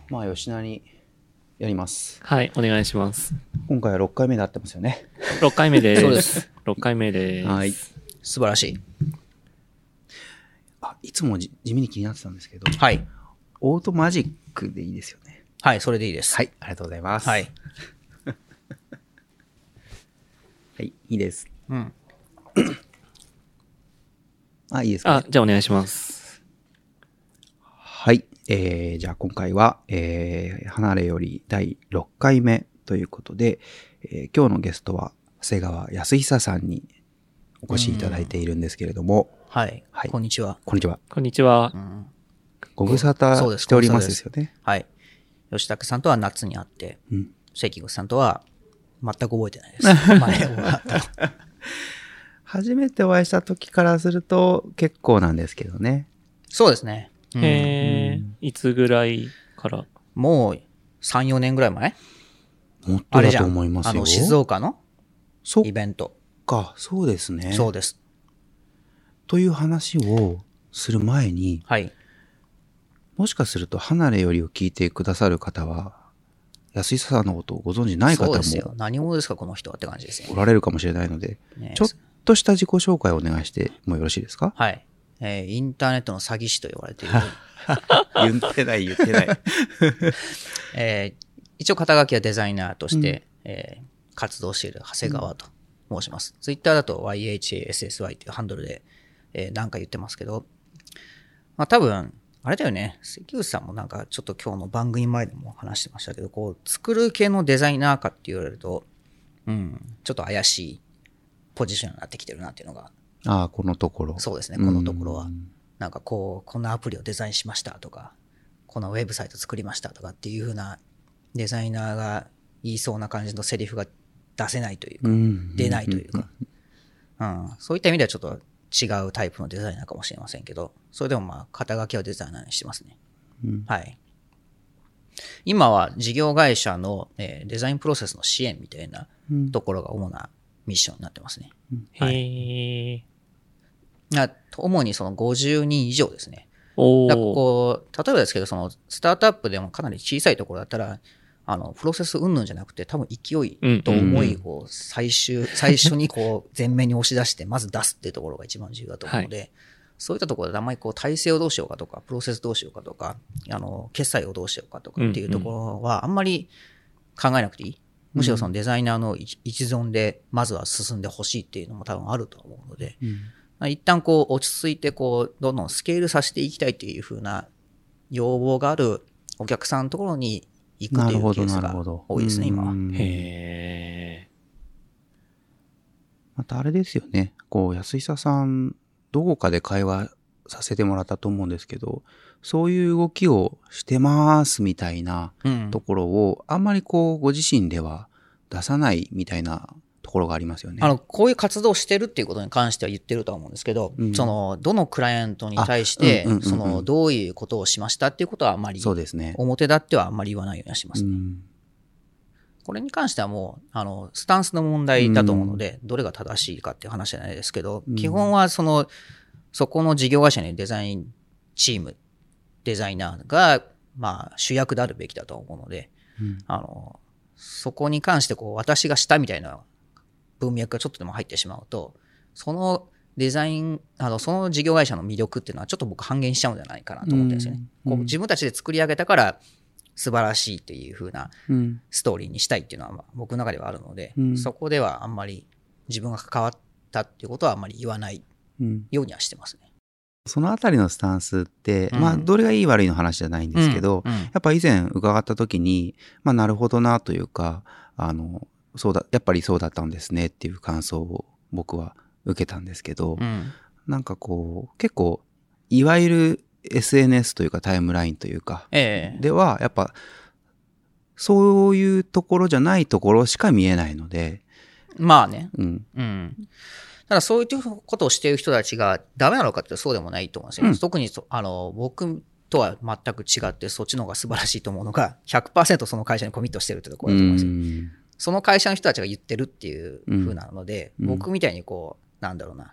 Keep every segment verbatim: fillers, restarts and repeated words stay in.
まあ吉成やります。 はい、お願いします。 今回はろっかいめで合ってますよね。 ろっかいめです。 そうです。 ろっかいめです。 はい。 素晴らしい。 あ、いつもじ地味に気になってたんですけど、 はい。 オートマジックでいいですよね。 はい、それでいいです。 はい、ありがとうございます。 はい。 はい、いいです。 うん。 あ、いいですか、ね。 あ、じゃあお願いします。 はい。えー、じゃあ今回は、えー、離れよりだいろっかいめということで、えー、今日のゲストは長谷川康久さんにお越しいただいているんですけれども、 はい。 はい、 こんにちは。 こんにちは。 こんにちは。 うん、 ご無沙汰しておりますですよね。 はい。吉武さんとは夏に会って、うん、関口さんとは全く覚えてないです。前は初めてお会いした時からすると結構なんですけどね。 そうですね。 うん、へえ、いつぐらいから？ もうさん、よねんぐらい前？ もっとだと思いますよ。 あの静岡のイベント。 か、そうですね。 そうです。 という話をする前に、 はい。 もしかすると離れよりを聞いてくださる方は、安久さんのことをご存じない方も。 そうですよ。何者ですかこの人はって感じですよ、ね。 おられるかもしれないので、ね、ちょっとした自己紹介をお願いしてもよろしいですか？ はい。えー、インターネットの詐欺師と言われている。 言ってない言ってない。 えー、一応肩書きはデザイナーとして、うん、えー、活動している長谷川と申します。うん、ツイッターだと ワイエイチエーエスエスワイ というハンドルで、えー、何か言ってますけど、まあ多分、あれだよね、関口さんもなんかちょっと今日の番組前でも話してましたけど、こう、作る系のデザイナーかって言われると、うん、ちょっと怪しいポジションになってきてるなっていうのが。 ああ、このところ。 そうですね、このところは。なんかこう、こんなアプリをデザインしましたとか、このウェブサイト作りましたとかっていう風なデザイナーが言いそうな感じのセリフが出せないというか、出ないというか、うん、そういった意味ではちょっと違うタイプのデザイナーかもしれませんけど、それでもまあ、肩書きはデザイナーにしてますね。うん、はい。今は事業会社の、えー、デザインプロセスの支援みたいなところが主なミッションになってますね。うん、はい、へー。主にそのごじゅうにん以上ですね。だからこう例えばですけど、そのスタートアップでもかなり小さいところだったら、あのプロセス云々じゃなくて、多分勢いと思いを最終、最初にこう前面に押し出してまず出すっていうところが一番重要だと思うので、はい、そういったところであんまりこう体制をどうしようかとか、プロセスどうしようかとか、あの決済をどうしようかとかっていうところはあんまり考えなくていい。むしろそのデザイナーの一存でまずは進んでほしいっていうのも多分あると思うので、うん、一旦こう落ち着いてこうどんどんスケールさせていきたいっていう風な要望があるお客さんのところに行くっていうケースが多いですね、今は。 へー。 またあれですよね。こう安久さんどこかで会話させてもらったと思うんですけど、そういう動きをしてますみたいなところを、うん、あんまりこうご自身では出さないみたいなところがありますよね。 あのこういう活動をしてるっていうことに関しては言ってるとは思うんですけど、うん、そのどのクライアントに対してそのどういうことをしましたっていうことはあんまり表立ってはあんまり言わないようにしますね。うん、これに関してはもうあのスタンスの問題だと思うので、うん、どれが正しいかっていう話じゃないですけど、うん、基本はそのそこの事業会社にデザインチームデザイナーがまあ主役であるべきだと思うので、うん、あのそこに関してこう私がしたみたいな文脈がちょっとでも入ってしまうと、そのデザインあのその事業会社の魅力っていうのはちょっと僕半減しちゃうんじゃないかなと思ってるんですよね。うん、こう自分たちで作り上げたから素晴らしいという風なストーリーにしたいっていうのは僕の中ではあるので、うん、そこではあんまり自分が関わったっていうことはあんまり言わないようにはしてますね。 そのあたりのスタンスって、うん、まあどれがいい悪いの話じゃないんですけど、うんうん、やっぱ以前伺った時に、まあなるほどなというか、あのそうだやっぱりそうだったんですねっていう感想を僕は受けたんですけど、うん、なんかこう結構いわゆる エスエヌエス というかタイムラインというか、ええ、ではやっぱそういうところじゃないところしか見えないので、 まあね、うん、うん、ただそういうことをしている人たちがダメなのかってそうでもないと思うんですよ、うん、特にあの僕とは全く違ってそっちの方が素晴らしいと思うのが ひゃくパーセント その会社にコミットしてるってところだと思うんですよ。うん、その会社の人たちが言ってるっていう風なので、うん、僕みたいにこうなんだろうな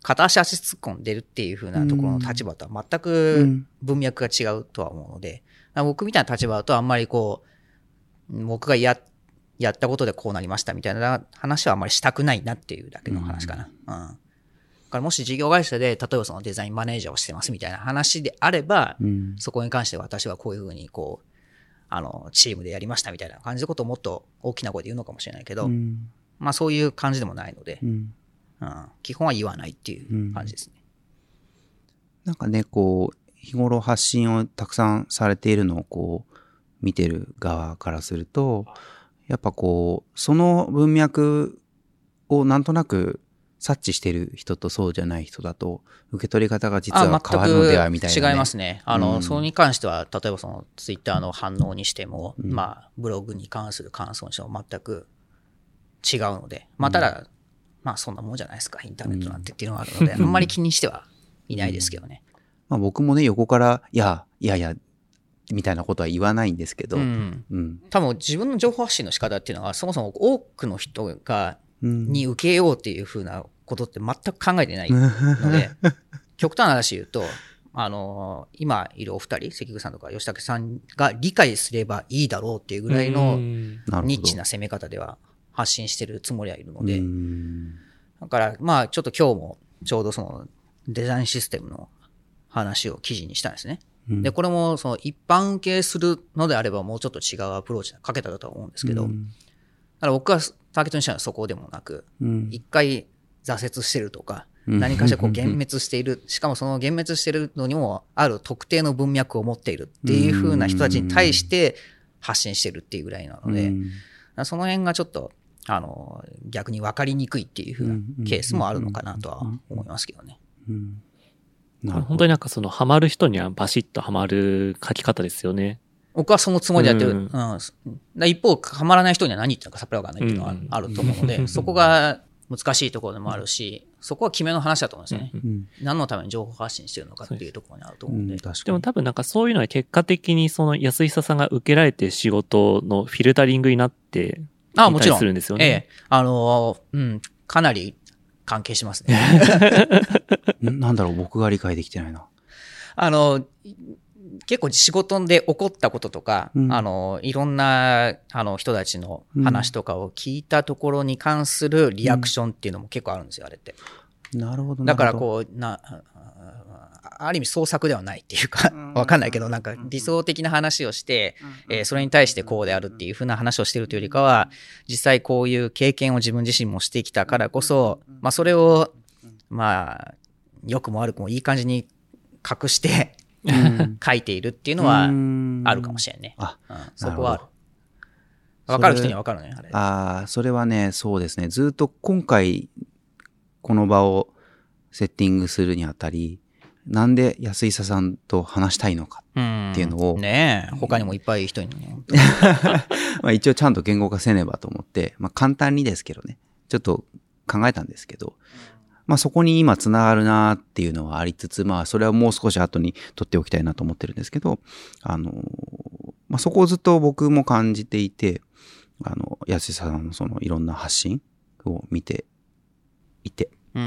片足足突っ込んでるっていう風なところの立場とは全く文脈が違うとは思うので、僕みたいな立場だとあんまりこう、僕がや、やったことでこうなりましたみたいな話はあんまりしたくないなっていうだけの話かな。うん。だからもし事業会社で、例えばそのデザインマネージャーをしてますみたいな話であれば、うん、そこに関して私はこういう風にこう、あの、チームでやりましたみたいな感じのことをもっと大きな声で言うのかもしれないけど、うん、まあそういう感じでもないので、うんうん、基本は言わないっていう感じですね。 うん、なんかね、こう、日頃発信をたくさんされているのをこう、見てる側からすると、やっぱこう、その文脈をなんとなく察知してる人とそうじゃない人だと、受け取り方が実は変わるのではみたいな、ね。 違いますね。あの、うん、それに関しては、例えばそのツイッターの反応にしても、うん、まあ、ブログに関する感想にしても全く違うので、まあ、ただ、うん、まあ、そんなもんじゃないですか、インターネットなんてっていうのがあるので、あんまり気にしてはいないですけどね。 まあ、僕もね、横から、いや、いやいや、みたいなことは言わないんですけど、うんうん、多分自分の情報発信の仕方っていうのは、そもそも多くの人が、に受けようっていうふうなことって全く考えてないので、極端な話言うと、あのー、今いるお二人、関口さんとか吉武さんが理解すればいいだろうっていうぐらいのニッチな攻め方では発信してるつもりはいるので、だからまあちょっと今日もちょうどそのデザインシステムの話を記事にしたんですね。で、これもその一般受けするのであればもうちょっと違うアプローチかけただとは思うんですけど、だから僕はターゲットにしたのはそこでもなく、一回挫折してるとか、何かしらこう幻滅している、しかもその幻滅してるのにもある特定の文脈を持っているっていう風な人たちに対して発信してるっていうぐらいなので、その辺がちょっとあの逆に分かりにくいっていう風なケースもあるのかなとは思いますけどね。 本当になんかそのハマる人にはバシッとハマる書き方ですよね。 僕はそのつもりでやってる。うんうん、一方、ハマらない人には何言ってるのかさっぱりわかんないっていうのはあると思うので、うん、そこが難しいところでもあるし、そこは決めの話だと思うんですよね。うん、何のために情報発信してるのかっていうところにあると思うんで。うん、 でも多分なんかそういうのは結果的にその安久さんが受けられて仕事のフィルタリングになってああ、もちろん。 するんですよね。 ええ。あの、うん、かなり関係しますね。 なんだろう、僕が理解できてないな。 あの、結構仕事で起こったこととか、うん、あの、いろんな、あの、人たちの話とかを聞いたところに関するリアクションっていうのも結構あるんですよ、あれって。 なるほど。 だからこう、な、ある意味創作ではないっていうか、わかんないけど、なんか理想的な話をして、えー、それに対してこうであるっていう風な話をしてるというよりかは、実際こういう経験を自分自身もしてきたからこそ、まあそれを、まあ、良くも悪くもいい感じに隠して、うん、書いているっていうのはあるかもしれんね。あ、うん、そこはある。分かる人には分かるね。あれ。 ああ、それはね、そうですね。ずっと今回この場をセッティングするにあたり、なんで安久さんと話したいのかっていうのを、 うん、ねえ、他にもいっぱいいい人に、ね、 まあ一応ちゃんと言語化せねばと思って、まあ簡単にですけどね、ちょっと考えたんですけど。まあそこに今つながるなっていうのはありつつ、まあそれはもう少し後に取っておきたいなと思ってるんですけど、あの、まあそこをずっと僕も感じていて、あの、安久さんのそのいろんな発信を見ていて、うん、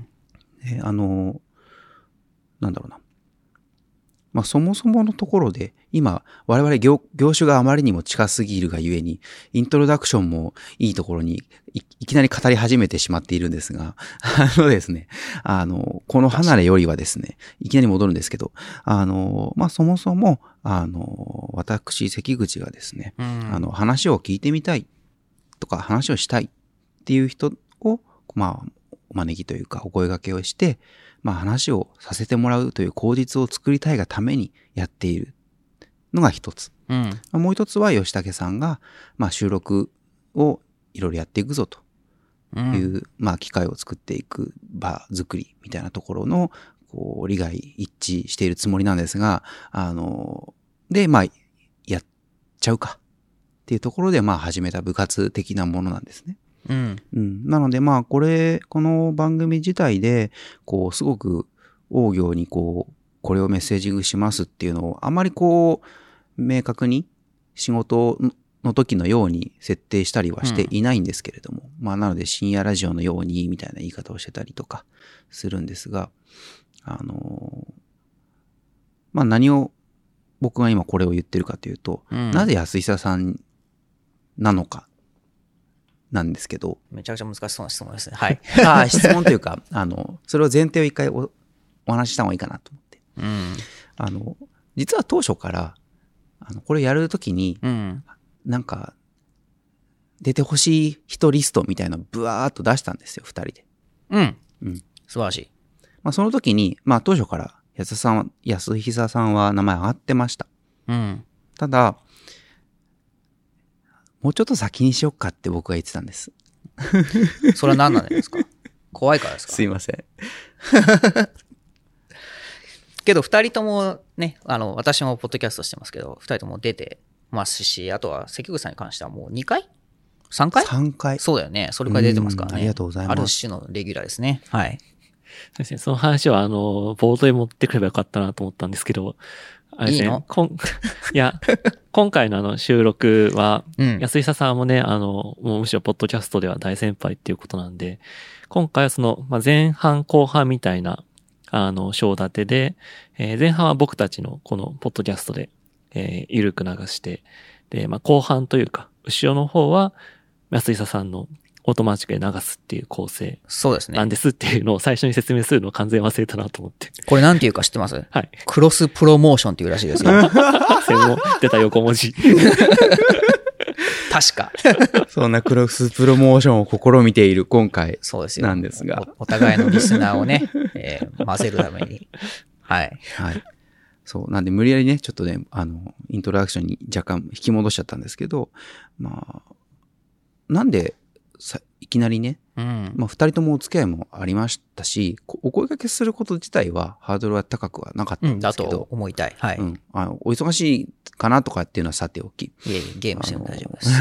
であの、なんだろうな。まあそもそものところで、今我々 業, 業種があまりにも近すぎるがゆえに、イントロダクションもいいところに い, いきなり語り始めてしまっているんですが、あのですね、あの、この離れよりはですね、いきなり戻るんですけど、あの、まあそもそも、あの、私、関口がですね、うん、あの、話を聞いてみたいとか話をしたいっていう人を、まあ、お招きというかお声掛けをして、まあ話をさせてもらうという口実を作りたいがためにやっているのが一つ。うん、もう一つは吉武さんが、まあ収録をいろいろやっていくぞという、うん、まあ機会を作っていく場作りみたいなところの、こう、利害一致しているつもりなんですが、あの、で、まあ、やっちゃうかっていうところで、まあ始めた部活的なものなんですね。うん。うん。なので、まあ、これ、この番組自体で、こう、すごく、大行にこう、これをメッセージングしますっていうのを、あまりこう、明確に仕事の時のように設定したりはしていないんですけれども、うん、まあなので深夜ラジオのようにみたいな言い方をしてたりとかするんですが、あのー、まあ何を僕が今これを言ってるかというと、うん、なぜ安久さんなのかなんですけど、 めちゃくちゃ難しそうな質問ですね。はい。 ああ、質問というか、あの、それを前提を一回 お, お話しした方がいいかなと思って。 うん、 あの、実は当初から、あの、これやるときに、うん、なんか、出てほしい人リストみたいなのをブワーっと出したんですよ、二人で。 うん。うん。素晴らしい。 まあ、その時に、まあ、当初から、安さんは、安久さんは名前上がってました。 うん。 ただ、もうちょっと先にしよっかって僕が言ってたんです。 それは何なんですか？怖いからですか？ すいません。 けど二人ともね、あの、私もポッドキャストしてますけど、二人とも出てますし、あとは関口さんに関してはもうにかい ?さん 回 ?さん 回。 そうだよね。それくらい出てますからね。 ありがとうございます。 ある種のレギュラーですね。はい。 そうですね。その話はあの、冒頭に持ってくればよかったなと思ったんですけど、あれですね。いいの？こんいや、今回のあの収録は、うん、安久さんもね、あの、もうむしろポッドキャストでは大先輩っていうことなんで、今回はその、まあ、前半後半みたいな、あの、章立てで、えー、前半は僕たちのこのポッドキャストで、えー、ゆるく流して、で、まあ、後半というか、後ろの方は、安久さんのオートマチックで流すっていう構成。 そうですね。 なんですっていうのを最初に説明するのを完全忘れたなと思って。 これなんていうか知ってます？ はい。 クロスプロモーションっていうらしいですよ。 専門出た横文字。 確か。 そんなクロスプロモーションを試みている今回そうですよ。 なんですが。 お, お互いのリスナーをね、えー、混ぜるために。はい。 はい。そう。なんで無理やりね、ちょっとね、あの、イントロダクションに若干引き戻しちゃったんですけど、まあ、なんでさ、いきなりね、うん、まあ二人ともお付き合いもありましたし、お声掛けすること自体はハードルは高くはなかったんですけど。うん、 だと思いたい。はい。 うん。あの、お忙しいかなとかっていうのはさておき。 いえいえ、ゲームしても大丈夫です。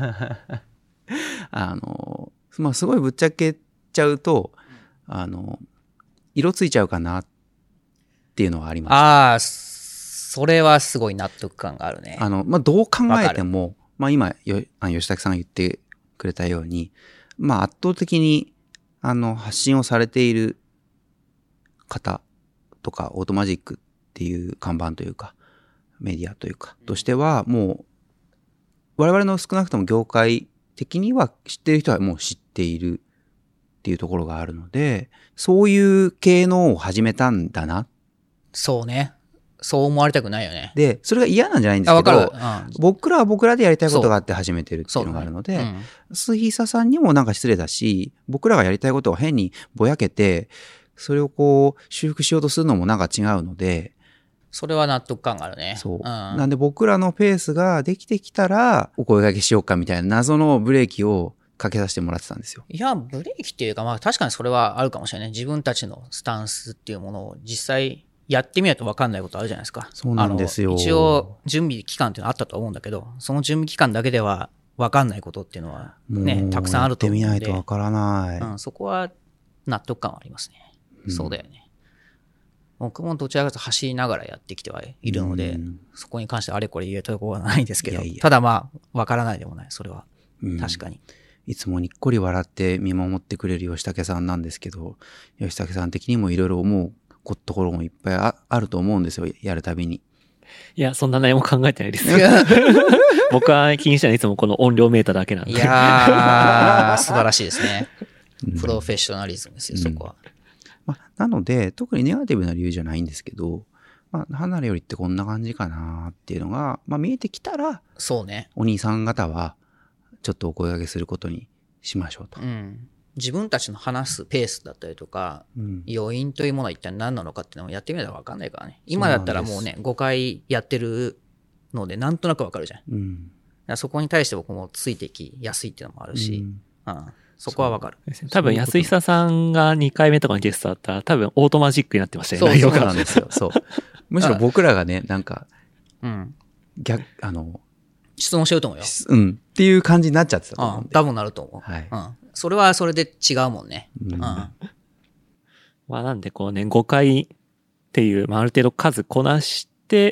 あの、まあすごいぶっちゃけちゃうと、あの、色ついちゃうかなっていうのはありました。 ああ、それはすごい納得感があるね。 あの、まあどう考えても、まあ今、よあ吉武さんが言ってくれたように、まあ圧倒的にあの発信をされている方とかオートマジックっていう看板というかメディアというかとしてはもう我々の少なくとも業界的には知っている人はもう知っているっていうところがあるので、そういう系のを始めたんだな。 そうね。そう思われたくないよね。 で、それが嫌なんじゃないんですけど、うん、僕らは僕らでやりたいことがあって始めてるっていうのがあるので、杉久さんにもなんか失礼だし、僕らがやりたいことを変にぼやけて、それをこう修復しようとするのもなんか違うので、 それは納得感があるね。 そう。うん、なんで僕らのペースができてきたら、お声掛けしようかみたいな謎のブレーキをかけさせてもらってたんですよ。 いや、ブレーキっていうか、まあ確かにそれはあるかもしれない。自分たちのスタンスっていうものを実際、やってみないと分かんないことあるじゃないですか。 そうなんですよ。 一応、準備期間っていうのはあったと思うんだけど、その準備期間だけでは分かんないことっていうのはね、たくさんあると思うんで。 やってみないと分からない。 うん、そこは納得感はありますね。うん、そうだよね。僕もどちらかというと走りながらやってきてはいるので、うん、そこに関してあれこれ言えたところはないですけど、いやいやただまあ、分からないでもない。それは。確かに。 うん、いつもにっこり笑って見守ってくれる吉武さんなんですけど、吉武さん的にもいろいろ思うところもいっぱい あ, あると思うんですよ、やるたびに。 いや、そんな何も考えてないです。僕は気にしたのはいつもこの音量メーターだけなんで。 いやー、素晴らしいですね。プロフェッショナリズムですよ、そこは。うんまあ、なので、特にネガティブな理由じゃないんですけど、まあ、離れよりってこんな感じかなっていうのが、まあ、見えてきたら、 そうね。 お兄さん方は、ちょっとお声掛けすることにしましょうと。 うん自分たちの話すペースだったりとか、うん、要因というものは一体何なのかっていうのをやってみないと分かんないからね。今だったらもうね、ごかいやってるので、なんとなく分かるじゃん。うん、だからそこに対して僕もついてきやすいっていうのもあるし、うんうん、そこは分かる。 多分安久さんがにかいめとかのゲストだったら、多分オートマジックになってましたよね。 そうそうなんですよ。そう。むしろ僕らがね、なんか、うん、逆、あの、 質問しようと思うよ。 うん。っていう感じになっちゃってたと思うんで。 うん、多分なると思う。はい。うんそれはそれで違うもんね。うん。うん、 まあなんでこうね、ごかいっていう、まあある程度数こなし 、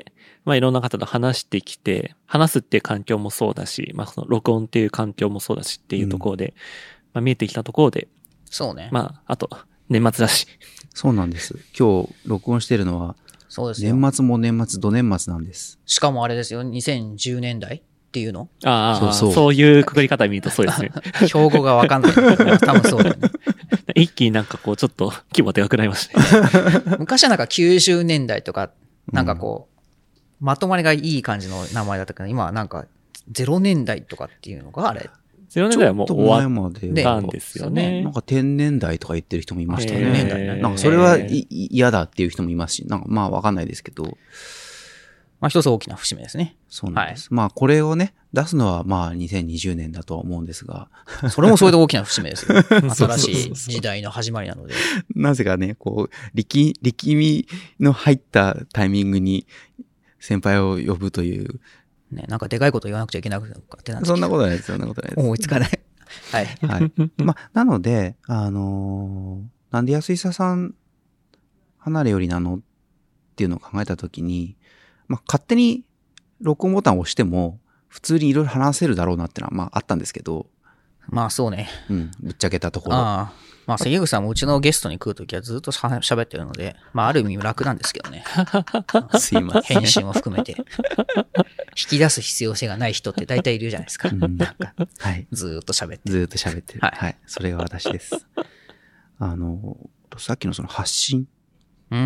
まあいろんな方と話してきて、話すっていう環境もそうだし、まあその録音っていう環境もそうだしっていうところで、うん、まあ見えてきたところで、 そうね。 まあ、あと、年末だし。 そうなんです。今日録音してるのは、 そうですよ。 年末も年末、ど年末なんです。 しかもあれですよ、にせんじゅうねんだいっていうの？ ああ、そうそう。そういうくくり方見るとそうですね。 標語がわかんない。多分そうだよね。 一気になんかこう、ちょっと規模でかくなりましたね。 昔はなんかきゅうじゅうねんだいとか、なんかこう、うん、まとまりがいい感じの名前だったけど、今はなんかゼロねんだいとかっていうのがあれ。 ゼロねんだいはもう終わったんですよね。 なんか天然代とか言ってる人もいましたね。なんかそれは嫌だっていう人もいますし、なんかまあわかんないですけど。 まあ一つ大きな節目ですね。 そうなんです。はい、まあこれをね、出すのはまあにせんにじゅうねんだとは思うんですが。 それもそれで大きな節目ですよ。新しい時代の始まりなので。 なぜかね、こう、力、力みの入ったタイミングに先輩を呼ぶという。 ね、なんかでかいこと言わなくちゃいけなくてなそんなことないです。そんなことないです。 思いつかない。はい。 はい。まあ、なので、あのー、なんで安久さん離れよりなのっていうのを考えたときに、まあ、勝手に録音ボタンを押しても、普通にいろいろ話せるだろうなってのは、まあ、あったんですけど。 まあ、そうね。 うん、ぶっちゃけたところ。 ああ。まあ、関口さんもうちのゲストに来るときはずっと喋ってるので、まあ、ある意味楽なんですけどね。 すいません。 編集も含めて。引き出す必要性がない人って大体いるじゃないですか。うん、なんか、はい。ずーっと喋って。 ずーっと喋ってる。はい。はい。それが私です。あの、さっきのその発信。 うん。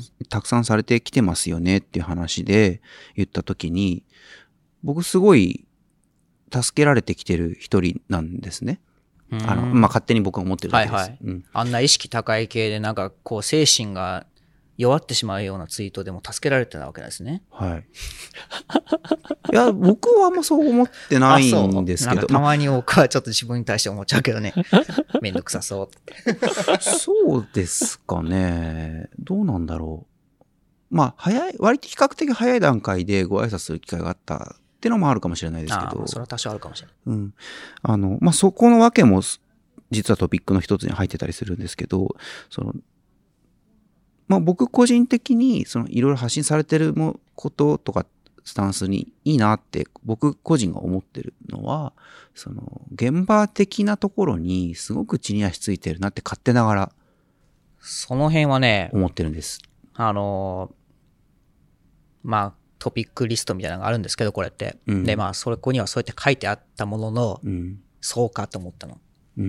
たくさんされてきてますよねっていう話で言ったときに、僕すごい助けられてきてる一人なんですね。あの、まあ、勝手に僕が思ってるだけです。はいはい。うん、 あんな意識高い系でなんかこう精神が弱ってしまうようなツイートでも助けられてたわけですね。 はい。いや、僕はあんまそう思ってないんですけど。 たまに僕はちょっと自分に対して思っちゃうけどね。めんどくさそうって。 そうですかね。どうなんだろう。まあ、早い、割と比較的早い段階でご挨拶する機会があったっていうのもあるかもしれないですけど。 ああ、それは多少あるかもしれない。 うん。あの、まあ、そこのわけも、実はトピックの一つに入ってたりするんですけど、その、まあ、僕個人的に、その、いろいろ発信されてることとか、スタンスにいいなって、僕個人が思ってるのは、その、現場的なところにすごく地に足ついてるなって勝手ながら、 その辺はね、 思ってるんです。 あの、まあ、トピックリストみたいなのがあるんですけど、これって。うん、で、まあ、そこにはそうやって書いてあったものの、うん、そうかと思ったの。 うん、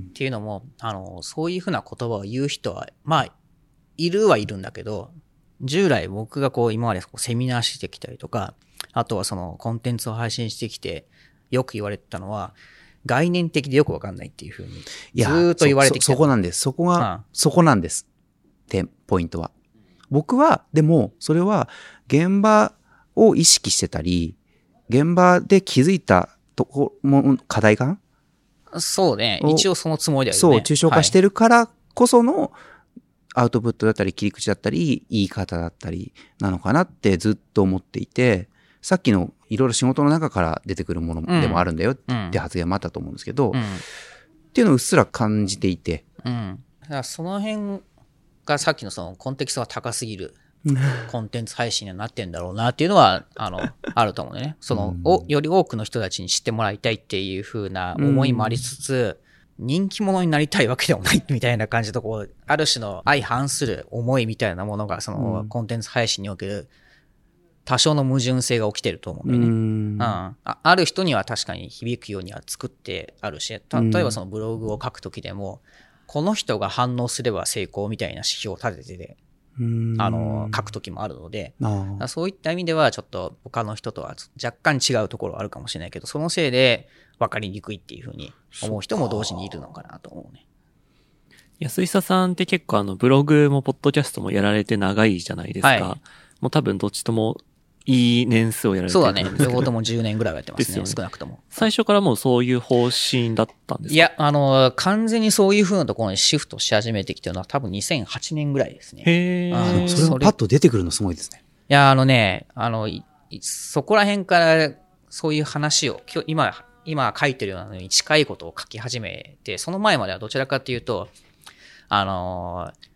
っていうのも、あの、そういうふうな言葉を言う人は、まあ、いるはいるんだけど、従来僕がこう、今までこうセミナーしてきたりとか、あとはそのコンテンツを配信してきて、よく言われてたのは、概念的でよくわかんないっていうふうに、ずーっと言われてきた。 そこなんです。そこが、うん、そこなんです。点、ポイントは。僕は、でも、それは、現場を意識してたり、現場で気づいたところ、課題感？ そうね。一応そのつもりだよね。 そう、抽象化してるからこそのアウトプットだったり切り口だったり言い方だったりなのかなってずっと思っていて、さっきのいろいろ仕事の中から出てくるものでもあるんだよって発言もあったと思うんですけど、うんうん、っていうのをうっすら感じていて。 うん。だからその辺がさっきのそのコンテキストが高すぎるコンテンツ配信になってんだろうなっていうのは、あの、あると思うね。その、うん、お、より多くの人たちに知ってもらいたいっていう風な思いもありつつ、うん、人気者になりたいわけでもないみたいな感じと、こう、ある種の相反する思いみたいなものが、その、うん、コンテンツ配信における多少の矛盾性が起きてると思うんだよね。うん、あ。ある人には確かに響くようには作ってあるし、例えばそのブログを書くときでも、この人が反応すれば成功みたいな指標を立ててて、あの、書くときもあるので、そういった意味ではちょっと他の人とは若干違うところはあるかもしれないけど、そのせいで分かりにくいっていうふうに思う人も同時にいるのかなと思うね。 安久さんって結構あのブログもポッドキャストもやられて長いじゃないですか。はい、もう多分どっちともいい年数をやられてるそうだね。両方ともじゅうねんぐらいはやってますね。ね少なくとも。 最初からもうそういう方針だったんですか？ いや、あの、完全にそういう風なところにシフトし始めてきてるのは多分にせんはちねんぐらいですね。 へー。それがパッと出てくるのすごいですね。 いや、あのね、あの、そこら辺からそういう話を、今日、今、今書いてるようなのに近いことを書き始めて、その前まではどちらかというと、あの、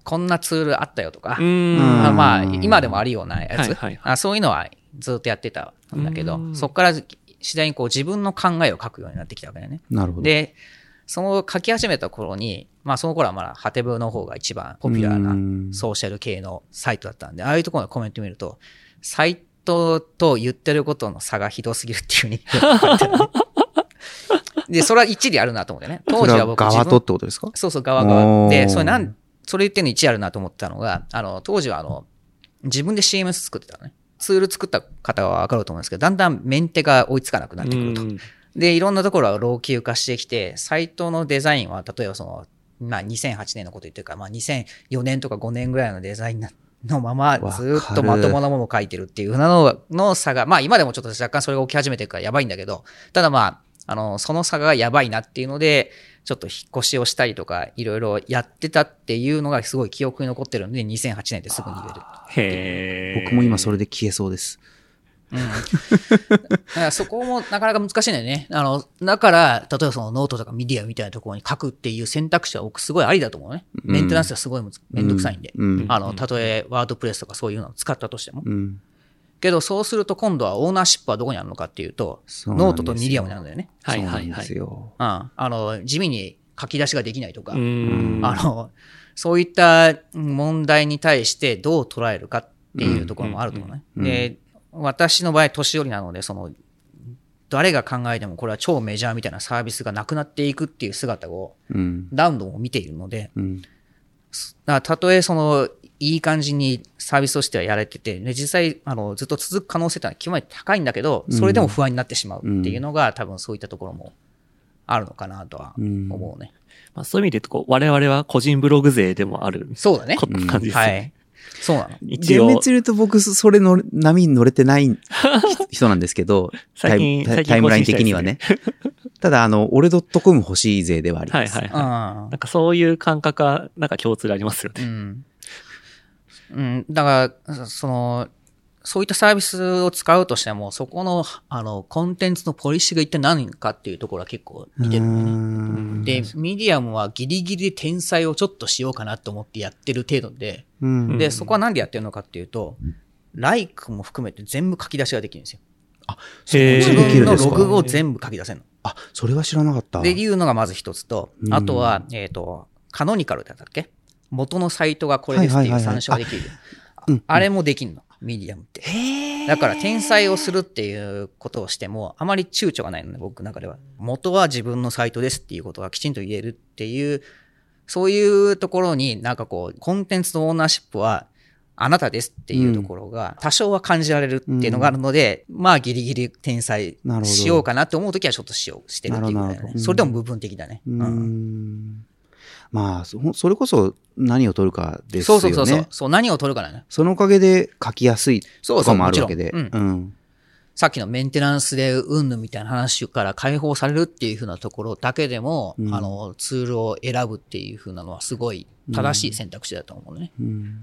こんなツールあったよとか、あまあ、今でもあるようなやつ、はいはいはい、あそういうのはずっとやってたんだけど、そこから次第にこう自分の考えを書くようになってきたわけだよね。 なるほど。 で、その書き始めた頃に、まあその頃はまだハテブの方が一番ポピュラーなソーシャル系のサイトだったんで、ああいうところのコメント見ると、サイトと言ってることの差がひどすぎるっていうふうに書いてあるね。で、それは一理あるなと思ってね。当時は僕自分。側とってことですか？ そうそう、側側。で、それなん、それ言ってるの一理あるなと思ったのが、あの、当時はあの、自分で シーエムエス 作ってたのね。ツール作った方はわかると思うんですけど、だんだんメンテが追いつかなくなってくると。で、いろんなところが老朽化してきて、サイトのデザインは、例えばその、まあにせんはちねんのこと言ってるから、まあにせんよねんとかごねんぐらいのデザインのまま、ずっとまともなものを書いてるっていうふうなのの差が、まあ今でもちょっと若干それが起き始めてるからやばいんだけど、ただまあ、あの、その差がやばいなっていうので、ちょっと引っ越しをしたりとか、いろいろやってたっていうのがすごい記憶に残ってるので、にせんはちねんってすぐに言える。 へー。 僕も今それで消えそうです。 うん。だからそこもなかなか難しいんだよね。あの、だから、例えばそのノートとかメディアみたいなところに書くっていう選択肢は僕すごいありだと思うね。うん、メンテナンスはすごいめんどくさいんで。うん、あの、たとえワードプレスとかそういうのを使ったとしても。うん、けどそうすると今度はオーナーシップはどこにあるのかっていうと、ノートとメディアムになるんだよね。 はいはいはい。 うん。あの、地味に書き出しができないとか、あの、そういった問題に対してどう捉えるかっていうところもあると思うね。うんうんうん、で、私の場合年寄りなので、その誰が考えてもこれは超メジャーみたいなサービスがなくなっていくっていう姿を何度も見ているので、うん、だたとえそのいい感じにサービスとしてはやられてて、で実際あのずっと続く可能性ってのは極めて高いんだけど、それでも不安になってしまうっていうのが、うん、多分そういったところもあるのかなとは思うね。うん、 まあ、そういう意味で言うとこう我々は個人ブログ勢でもある。 そうだね。 感じですね。はい。 そうなの。 一応。厳密に言うと僕、それの波に乗れてない人なんですけど、 最近タイ、タイムライン的にはね。ただ、あの、俺 .com 欲しい勢ではあります。 はいはいはい。なんかそういう感覚は、なんか共通でありますよね。 うん。うん。だから、その、そういったサービスを使うとしても、そこの、あの、コンテンツのポリシーが一体何かっていうところは結構見てるんだよね。で、ミディアムはギリギリで転載をちょっとしようかなと思ってやってる程度で、で、そこはなんでやってるのかっていうと、ライクも含めて全部書き出しができるんですよ。 あ、そう自分のログを全部書き出せるの。 あ、それは知らなかった。 で、いうのがまず一つと、あとは、えっと、カノニカルだったっけ？元のサイトがこれですっていう参照ができる。あれもできるの。ミディアムって。だから転載をするっていうことをしてもあまり躊躇がないのね、僕の中では。元は自分のサイトですっていうことがきちんと言えるっていう、そういうところになんかこう、コンテンツのオーナーシップはあなたですっていうところが多少は感じられるっていうのがあるので、うん、まあギリギリ転載しようかなって思うときはちょっとしよう、してるっていうぐらいだね。それでも部分的だね。 うん。うんまあ、それこそ何を取るかですよね。 そうそうそうそう。そう何を取るかだね。 そのおかげで書きやすいとかもあるわけで。 そうそう、うんうん。さっきのメンテナンスでうんぬんみたいな話から解放されるっていう風なところだけでも、うん、あのツールを選ぶっていう風なのはすごい正しい選択肢だと思うね。うん、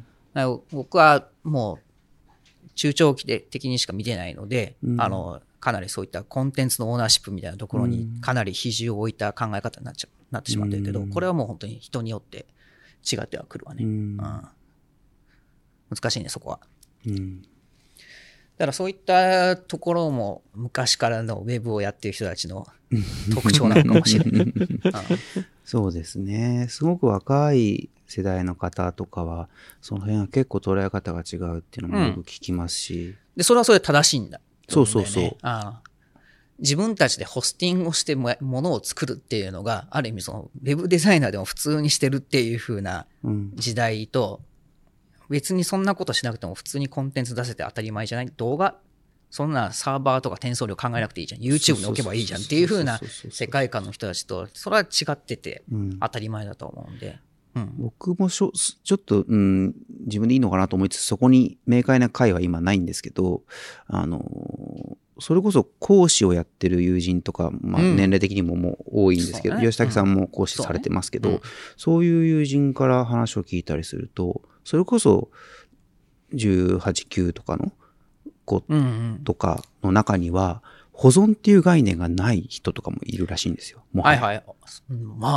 だから僕はもう中長期的にしか見てないので、うん、あのかなりそういったコンテンツのオーナーシップみたいなところにかなり比重を置いた考え方になっちゃう。なってしまってるけど、これはもう本当に人によって違ってはくるわね。うん、難しいね、そこは。うん、だからそういったところも昔からのウェブをやってる人たちの特徴なのかもしれない。うん、 そうですね。すごく若い世代の方とかは、その辺は結構捉え方が違うっていうのもよく聞きますし。うん、 で、それはそれで正しいんだ、ね。 そうそうそう。 ああ自分たちでホスティングをしてものを作るっていうのが、ある意味そのウェブデザイナーでも普通にしてるっていう風な時代と、別にそんなことしなくても普通にコンテンツ出せて当たり前じゃない？動画そんなサーバーとか転送量考えなくていいじゃん。YouTube に置けばいいじゃんっていう風な世界観の人たちと、それは違ってて当たり前だと思うんで。 うん、僕もしょちょっと、うん、自分でいいのかなと思いつつ、そこに明快な解は今ないんですけど、あのそれこそ講師をやってる友人とか、まあ、年齢的にももう多いんですけど、うん、吉武さんも講師されてますけど、うん、そういう友人から話を聞いたりすると、それこそじゅうはち、きゅうとかの子とかの中には、保存っていう概念がない人とかもいるらしいんですよ。 はいはい。まあ、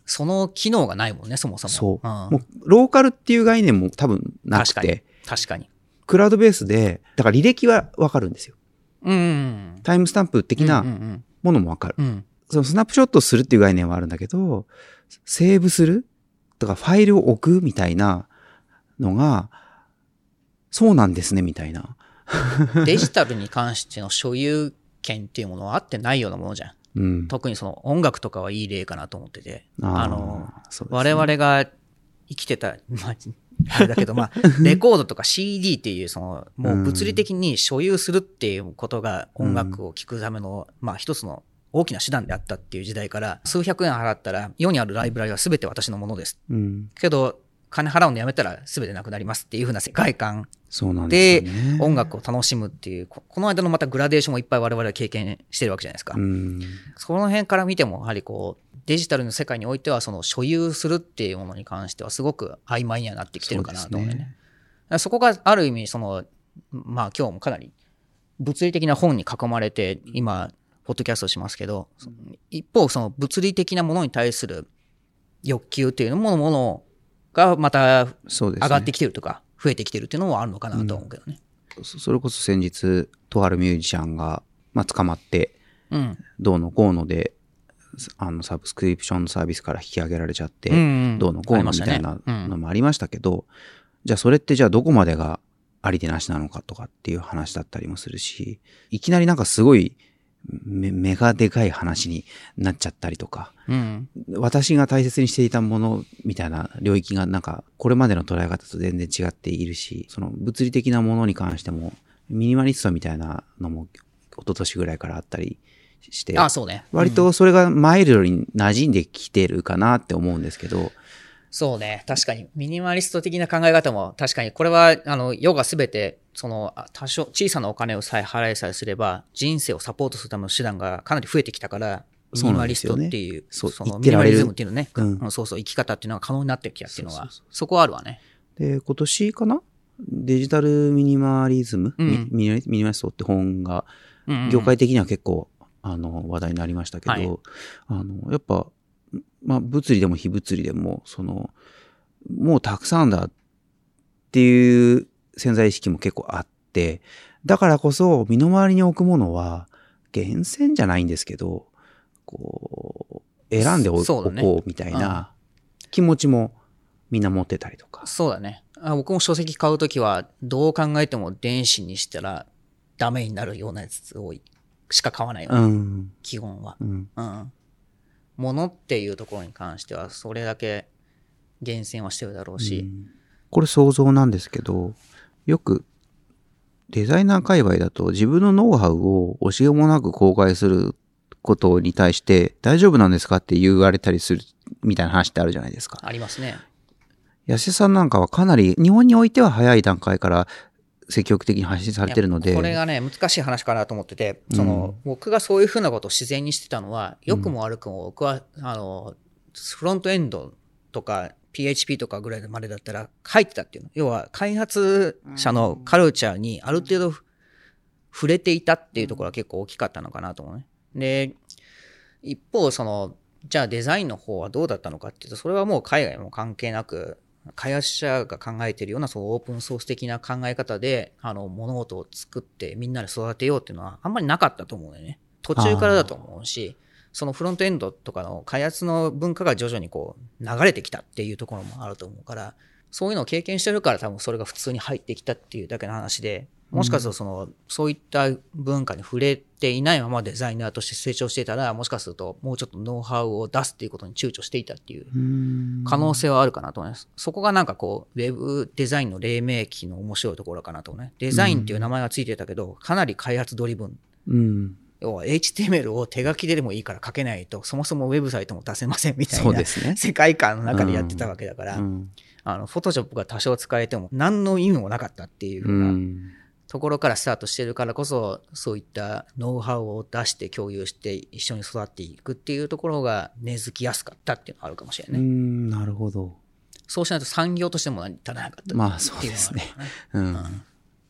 その機能がないもんね、そもそも。 そう。うん、もう、ローカルっていう概念も多分なくて。 確かに。確かに。 クラウドベースで、だから履歴はわかるんですよ。 うん。 タイムスタンプ的なものもわかる。うんうんうん、そのスナップショットするっていう概念はあるんだけど、セーブするとかファイルを置くみたいなのが、そうなんですね、みたいな。 デジタルに関しての所有権っていうものはあってないようなものじゃん。うん、特にその音楽とかはいい例かなと思ってて。あ, あの、ね、我々が生きてた、まあ、あれだけど、まあ、レコードとか シーディー っていう、その、もう物理的に所有するっていうことが音楽を聴くための、うん、まあ一つの大きな手段であったっていう時代から、数百円払ったら世にあるライブラリは全て私のものです。うん、けど、金払うのやめたら全てなくなりますっていう風な世界観で音楽を楽しむっていう、この間のまたグラデーションもいっぱい我々は経験してるわけじゃないですか。うん、その辺から見てもやはりこうデジタルの世界においてはその所有するっていうものに関してはすごく曖昧にはなってきてるかなと思うね。 そ, ねそこがある意味そのまあ今日もかなり物理的な本に囲まれて今ポッドキャストしますけど、一方その物理的なものに対する欲求っていうものものがまた上がってきてるとか増えてきてるっていうのもあるのかなと思うけどね。 うん、それこそ先日とあるミュージシャンが、まあ、捕まって、うん、どうのこうのであのサブスクリプションのサービスから引き上げられちゃって、うんうん、どうのこうのみたいなのもありましたけど、ねうん、じゃあそれってじゃあどこまでがありでなしなのかとかっていう話だったりもするし、いきなりなんかすごいめ目がでかい話になっちゃったりとか、うん、私が大切にしていたものみたいな領域がなんかこれまでの捉え方と全然違っているし、その物理的なものに関してもミニマリストみたいなのも一昨年ぐらいからあったりして、 あ、そうね、 うん、割とそれがマイルドに馴染んできてるかなって思うんですけど、 そうね、確かにミニマリスト的な考え方も確かにこれはあの世がすべてその多少小さなお金をさえ払いさえすれば人生をサポートするための手段がかなり増えてきたから、ミニマリストっていう、そ, うそのミニマリズムっていうのね、うん、そうそう生き方っていうのが可能になってきたっていうのは、そうそうそう、そこはあるわね。 で今年かな、デジタルミニマリズム、うん、ミ, ミニマリストって本が業界的には結構あの話題になりましたけど、はい、あのやっぱまあ物理でも非物理でもそのもうたくさんだっていう潜在意識も結構あって、だからこそ身の回りに置くものは厳選じゃないんですけど、こう選んでおこうみたいな気持ちもみんな持ってたりとか。 そうだね。あ、僕も書籍買うときはどう考えても電子にしたらダメになるようなやつをしか買わないよね、うん、基本は、うんうん、物っていうところに関してはそれだけ厳選はしてるだろうし、うん、 これ想像なんですけど、よくデザイナー界隈だと自分のノウハウを惜しげもなく公開することに対して大丈夫なんですかって言われたりするみたいな話ってあるじゃないですか。 ありますね。 安江さんなんかはかなり日本においては早い段階から積極的に発信されてるので、 これがね難しい話かなと思ってて、その、うん、僕がそういうふうなことを自然にしてたのは良くも悪くも僕は、うん、あのフロントエンドとかピーエイチピー とかぐらいまでだったら書いてたっていうの。要は開発者のカルチャーにある程度触れていたっていうところは結構大きかったのかなと思うね。で、一方その、じゃあデザインの方はどうだったのかっていうと、それはもう海外も関係なく、開発者が考えているようなそのオープンソース的な考え方で、あの物事を作ってみんなで育てようっていうのはあんまりなかったと思うんだよね。途中からだと思うし、そのフロントエンドとかの開発の文化が徐々にこう流れてきたっていうところもあると思うから、そういうのを経験してるから多分それが普通に入ってきたっていうだけの話で、もしかするとその、うん、そういった文化に触れていないままデザイナーとして成長していたら、もしかするともうちょっとノウハウを出すっていうことに躊躇していたっていう可能性はあるかなと思います。そこがなんかこうウェブデザインの黎明期の面白いところかなとね。デザインっていう名前がついてたけど、かなり開発ドリブン。うん要は エイチティーエムエル を手書きででもいいから書けないとそもそもウェブサイトも出せませんみたいな世界観の中でやってたわけだから、うん、あのフォトショップが多少使えても何の意味もなかったっていう風なところからスタートしてるからこそ、そういったノウハウを出して共有して一緒に育っていくっていうところが根付きやすかったっていうのがあるかもしれない。 うーん、なるほど。 そうしないと産業としても立たなかった。 まあそうですね。うん。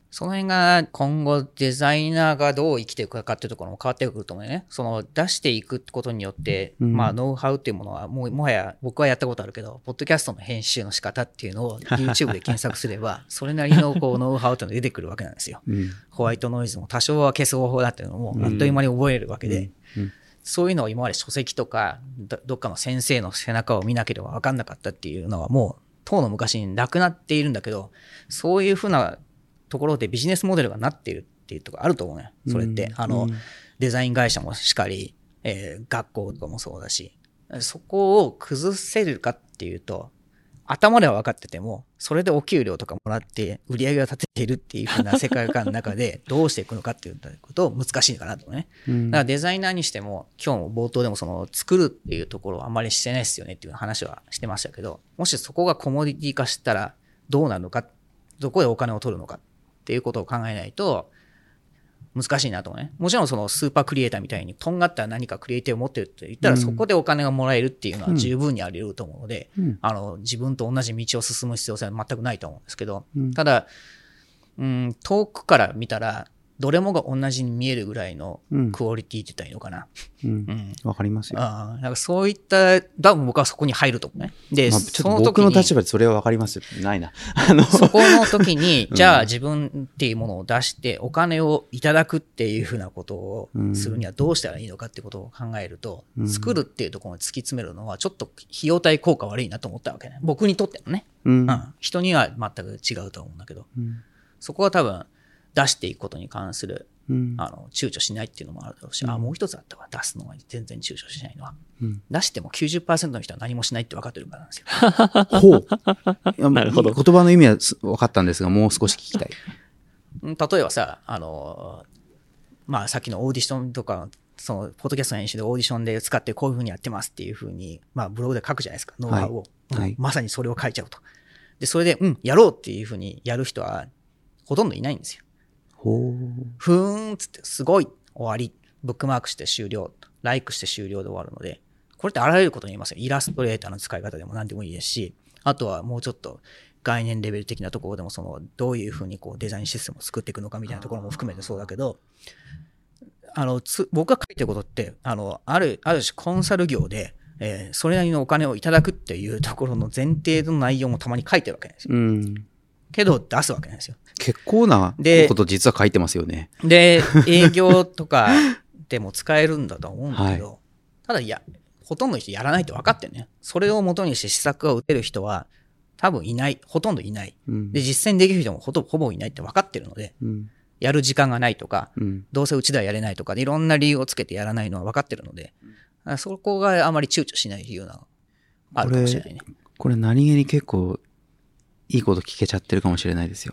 その辺が今後デザイナーがどう生きていくかっていうところも変わってくると思うね。その出していくことによって、うん、まあノウハウっていうものはもうもはや僕はやったことあるけど、ポッドキャストの編集の仕方っていうのを YouTube で検索すれば、それなりのこうノウハウっていうのが出てくるわけなんですよ。うん、ホワイトノイズも多少は消す方法だっていうのもあっという間に覚えるわけで、うんうん、そういうのを今まで書籍とかどっかの先生の背中を見なければ分かんなかったっていうのはもう当の昔になくなっているんだけど、そういうふうなところでビジネスモデルがなっているっていうところあると思うね。それって、うん、あの、うん、デザイン会社もしかり、えー、学校とかもそうだし、そこを崩せるかっていうと、頭では分かってても、それでお給料とかもらって売り上げを立てているっていう風な世界観の中でどうしていくのかっていうこと難しいかなと思うね。うん、だからデザイナーにしても、今日も冒頭でもその作るっていうところをあんまりしてないですよねっていう話はしてましたけど、もしそこがコモディティ化したらどうなるのか、どこでお金を取るのかっていうことを考えないと難しいなと思うね。もちろんそのスーパークリエイターみたいにとんがった何かクリエイティブを持ってると言ったら、そこでお金がもらえるっていうのは十分にあり得ると思うので、うん、あの自分と同じ道を進む必要性は全くないと思うんですけど、うん、ただ、うん、遠くから見たらどれもが同じに見えるぐらいのクオリティって言ったらいいのかな。 うんうん、わかりますよ。 あなんかそういった、多分僕はそこに入ると思うね。で、 まあ、ちょっと僕の立場でそれはわかりますよ。ないな。 あのそこの時に、じゃあ自分っていうものを出してお金をいただくっていうふうなことをするにはどうしたらいいのかっていうことを考えると、うん、作るっていうところに突き詰めるのはちょっと費用対効果悪いなと思ったわけね。僕にとってもね。うんうん、人には全く違うと思うんだけど、うん、そこは多分出していくことに関するうん、あの躊躇しないっていうのもあるだろうし、うん、あもう一つあったわ、出すのは全然躊躇しないのは、うん、出しても きゅうじゅっパーセント の人は何もしないって分かってるからなんですよ。 ほう。なるほど。言葉の意味は分かったんですが、もう少し聞きたい。 例えばさ、あのまあさっきのオーディションとか、そのポッドキャストの編集でオーディションで使ってこういう風にやってますっていう風に、まあブログで書くじゃないですか、ノウハウを、はいはい、まさにそれを書いちゃうと。でそれでうんやろうっていう風にやる人はほとんどいないんですよ。 ほふーんつってすごい終わり、ブックマークして終了、ライクして終了で終わるので、これってあらゆることに言いますよ。イラストレーターの使い方でも何でもいいですし、あとはもうちょっと概念レベル的なところでも、そのどういうふうにこうデザインシステムを作っていくのかみたいなところも含めてそうだけど、あのつ僕が書いてることってあのあるある種コンサル業で、えー、それなりのお金をいただくっていうところの前提の内容もたまに書いてるわけですよ。うんけど出すわけなんですよ。 結構なこと実は書いてますよね。 で、営業とかでも使えるんだと思うんだけど、はい、ただいや、ほとんどの人やらないって分かってるね。それを元にして施策が打てる人は多分いない、ほとんどいない。うん、で、実践できる人もほとほぼいないって分かってるので、うん、やる時間がないとか、うん、どうせうちではやれないとか、いろんな理由をつけてやらないのは分かってるので、そこがあまり躊躇しない理由があるかもしれないね。 これ、これ何気に結構いいこと聞けちゃってるかもしれないですよ。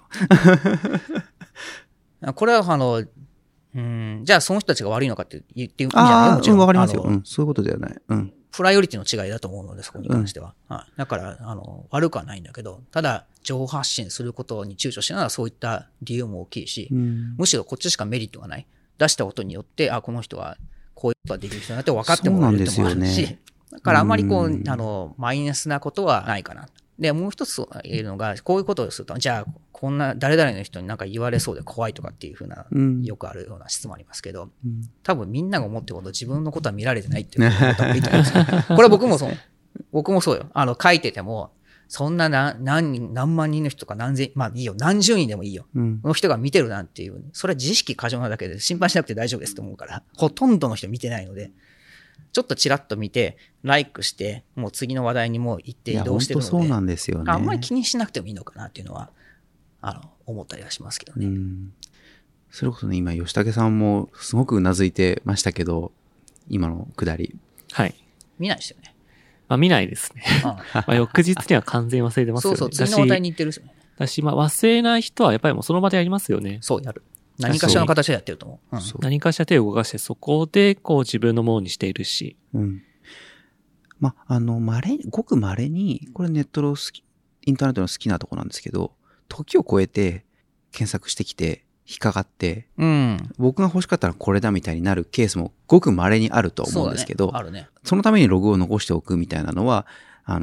これはあの、うん、じゃあその人たちが悪いのかって言って意味じゃないよ。もちろん。わかりますよ。うん、そういうことではない。うん。 プライオリティの違いだと思うので、そこに関しては。うん、はい。だから、あの、悪くはないんだけど、ただ、情報発信することに躊躇しながらそういった理由も大きいし、うん、むしろこっちしかメリットがない。出したことによって、あ、この人はこういうことができる人だって分かってもらえるってもあるし、ね、だからあんまりこう、うん、あの、マイナスなことはないかな。で、もう一つ言えるのが、こういうことをすると、じゃあ、こんな誰々の人になんか言われそうで怖いとかっていうふうな、うん、よくあるような質問ありますけど、うん、多分みんなが思ってるほど自分のことは見られてないっていうことがいいと思います。これは僕もそう。僕もそうよ。あの、書いてても、そんな何何人、何万人の人とか何千、まあいいよ、何十人でもいいよ。うん、この人が見てるなんていう、それは自意識過剰なだけで心配しなくて大丈夫ですと思うから、ほとんどの人見てないので、ちょっとチラッと見て、ライクして、もう次の話題にもう行って移動してるので、 そうなんですよね。 あんまり気にしなくてもいいのかなっていうのは、あの、思ったりはしますけどね。うん。 それこそね、今、吉武さんもすごくうなずいてましたけど、今のくだり。 はい。 見ないですよね。 まあ見ないですね。まあ翌日には完全に忘れてますよね。 そうそう、次の話題に行ってるんですよね。 だし、まあ忘れない人はやっぱりもうその場でやりますよね。 そう、やる。何かしらの形でやってると思う。うん、 何かしら手を動かして、そこでこう自分のものにしているし。 うん。まあ、あの、まれ、ごく稀に、これネットの好き、インターネットの好きなとこなんですけど、時を超えて検索してきて、引っかかって、うん、僕が欲しかったらこれだみたいになるケースもごく稀にあると思うんですけど、 あるね。 そのためにログを残しておくみたいなのは、あの、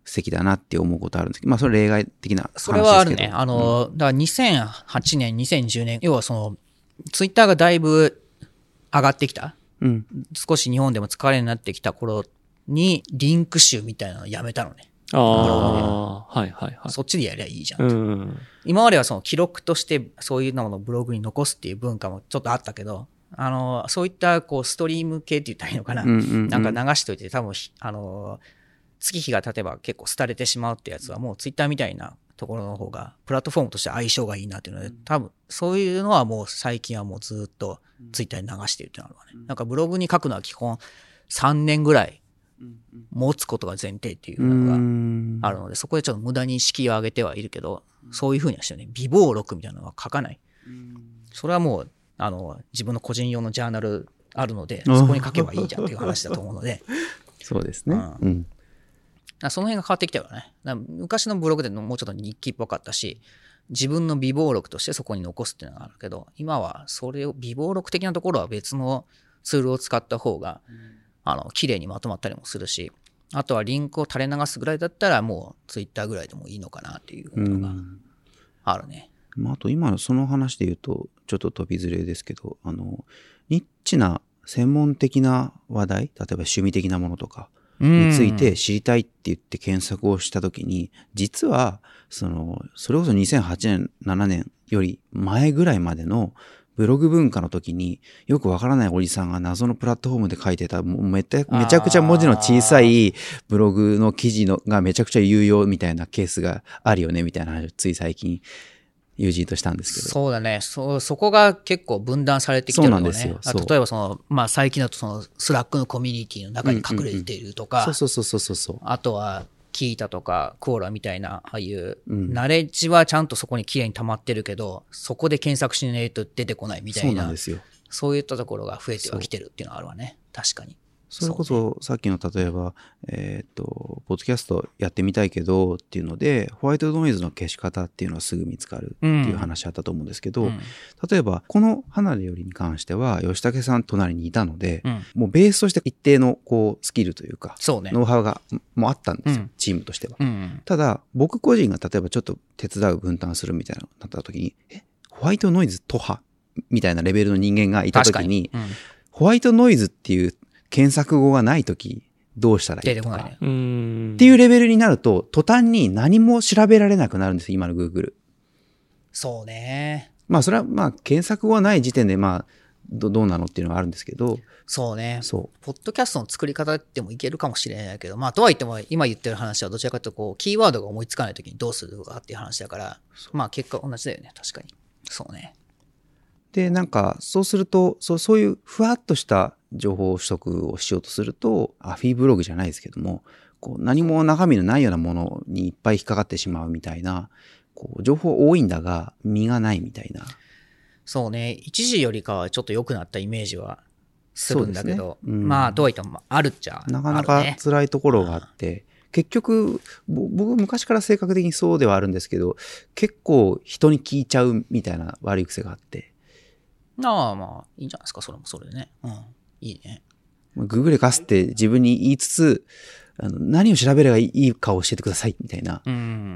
素敵だなって思うことあるんですけど、まあそれ例外的な話ですけど。 それはあるね。あの、うん、だからにせんはちねん、にせんじゅうねん、要はその、ツイッターがだいぶ上がってきた。うん。少し日本でも使われるようになってきた頃に、リンク集みたいなのをやめたのね。 ああ、はいはいはい。 そっちでやりゃいいじゃん、うん。今まではその記録としてそういうのをブログに残すっていう文化もちょっとあったけど、あの、そういったこうストリーム系って言ったらいいのかな。うんうんうん、なんか流しといて多分、あの、月日が経てば結構廃れてしまうってやつはもうツイッターみたいなところの方がプラットフォームとして相性がいいなっていうので、多分そういうのはもう最近はもうずっとツイッターに流してるっていうのはね。なんかブログに書くのは基本さんねんぐらい持つことが前提っていうのがあるので、そこでちょっと無駄に敷居を上げてはいるけど、そういうふうにはしてね、備忘録みたいなのは書かない。それはもう、あの、自分の個人用のジャーナルあるので、そこに書けばいいじゃんっていう話だと思うので。 そうですね。うん、 その辺が変わってきたよね。昔のブログでもうちょっと日記っぽかったし、自分の備忘録としてそこに残すっていうのがあるけど、今はそれを備忘録的なところは別のツールを使った方が、あの、綺麗にまとまったりもするし、あとはリンクを垂れ流すぐらいだったらもうツイッターぐらいでもいいのかなっていうのがあるね。 あと今のその話で言うと、ちょっと飛びずれですけど、あの、ニッチな専門的な話題、例えば趣味的なものとかについて知りたいって言って検索をしたときに、実は、その、それこそにせんはちねん、ななねんより前ぐらいまでのブログ文化の時によくわからないおじさんが謎のプラットフォームで書いてたもうめちゃめちゃくちゃ文字の小さいブログの記事のがめちゃくちゃ有用みたいなケースがあるよねみたいな話をつい最近友人としたんですけど。 そうだね。そ、そこが結構分断されてきてるのね。そうなんですよ。そう。例えばその、まあ最近だとそのスラックのコミュニティの中に隠れているとか。 うんうんうん、そうそうそうそうそう。 あとは、キータとかコーラみたいな、ああいうナレッジはちゃんとそこに綺麗に溜まってるけど、そこで検索しないと出てこないみたいな。 そうなんですよ。 そういったところが増えてはきてるっていうのはあるわね。確かに。 それこそ、さっきの例えば、えっと、ポッドキャストやってみたいけどっていうので、ホワイトノイズの消し方っていうのはすぐ見つかるっていう話あったと思うんですけど、うん、例えば、この離れよりに関しては、吉武さん隣にいたので、うん、もうベースとして一定のこうスキルというか、 そうね、 ノウハウがもうあったんですよ、うん、チームとしては。うんうん、ただ、僕個人が例えばちょっと手伝う分担するみたいなのになった時に、え、ホワイトノイズとはみたいなレベルの人間がいた時に、うん、ホワイトノイズっていう検索語がないときどうしたらいいとか、ね、うーんっていうレベルになると途端に何も調べられなくなるんです今の Google。 そうね。 まあそれはまあ検索語がない時点でまあ ど, どうなのっていうのはあるんですけど。 そうね。そう。ポッドキャストの作り方でもいけるかもしれないけど、まあとはいっても今言ってる話はどちらかというとこうキーワードが思いつかないときにどうするかっていう話だから、まあ結果同じだよね確かに。そうね。 でなんかそうするとそうそういうふわっとした情報取得をしようとすると、アフィーブログじゃないですけども、こう何も中身のないようなものにいっぱい引っかかってしまうみたいな、こう情報多いんだが身がないみたいな。 そうね。一時よりかはちょっと良くなったイメージはするんだけど、ねうん、まあどういったもあるっちゃある、ね、 なかなか辛いところがあって、結局僕昔から性格的にそうではあるんですけど、結構人に聞いちゃうみたいな悪い癖があって。 ああまあいいんじゃないですかそれもそれでね。うん。いいね。 ググれかすって自分に言いつつ、あの何を調べればいいか教えてくださいみたいな。うん。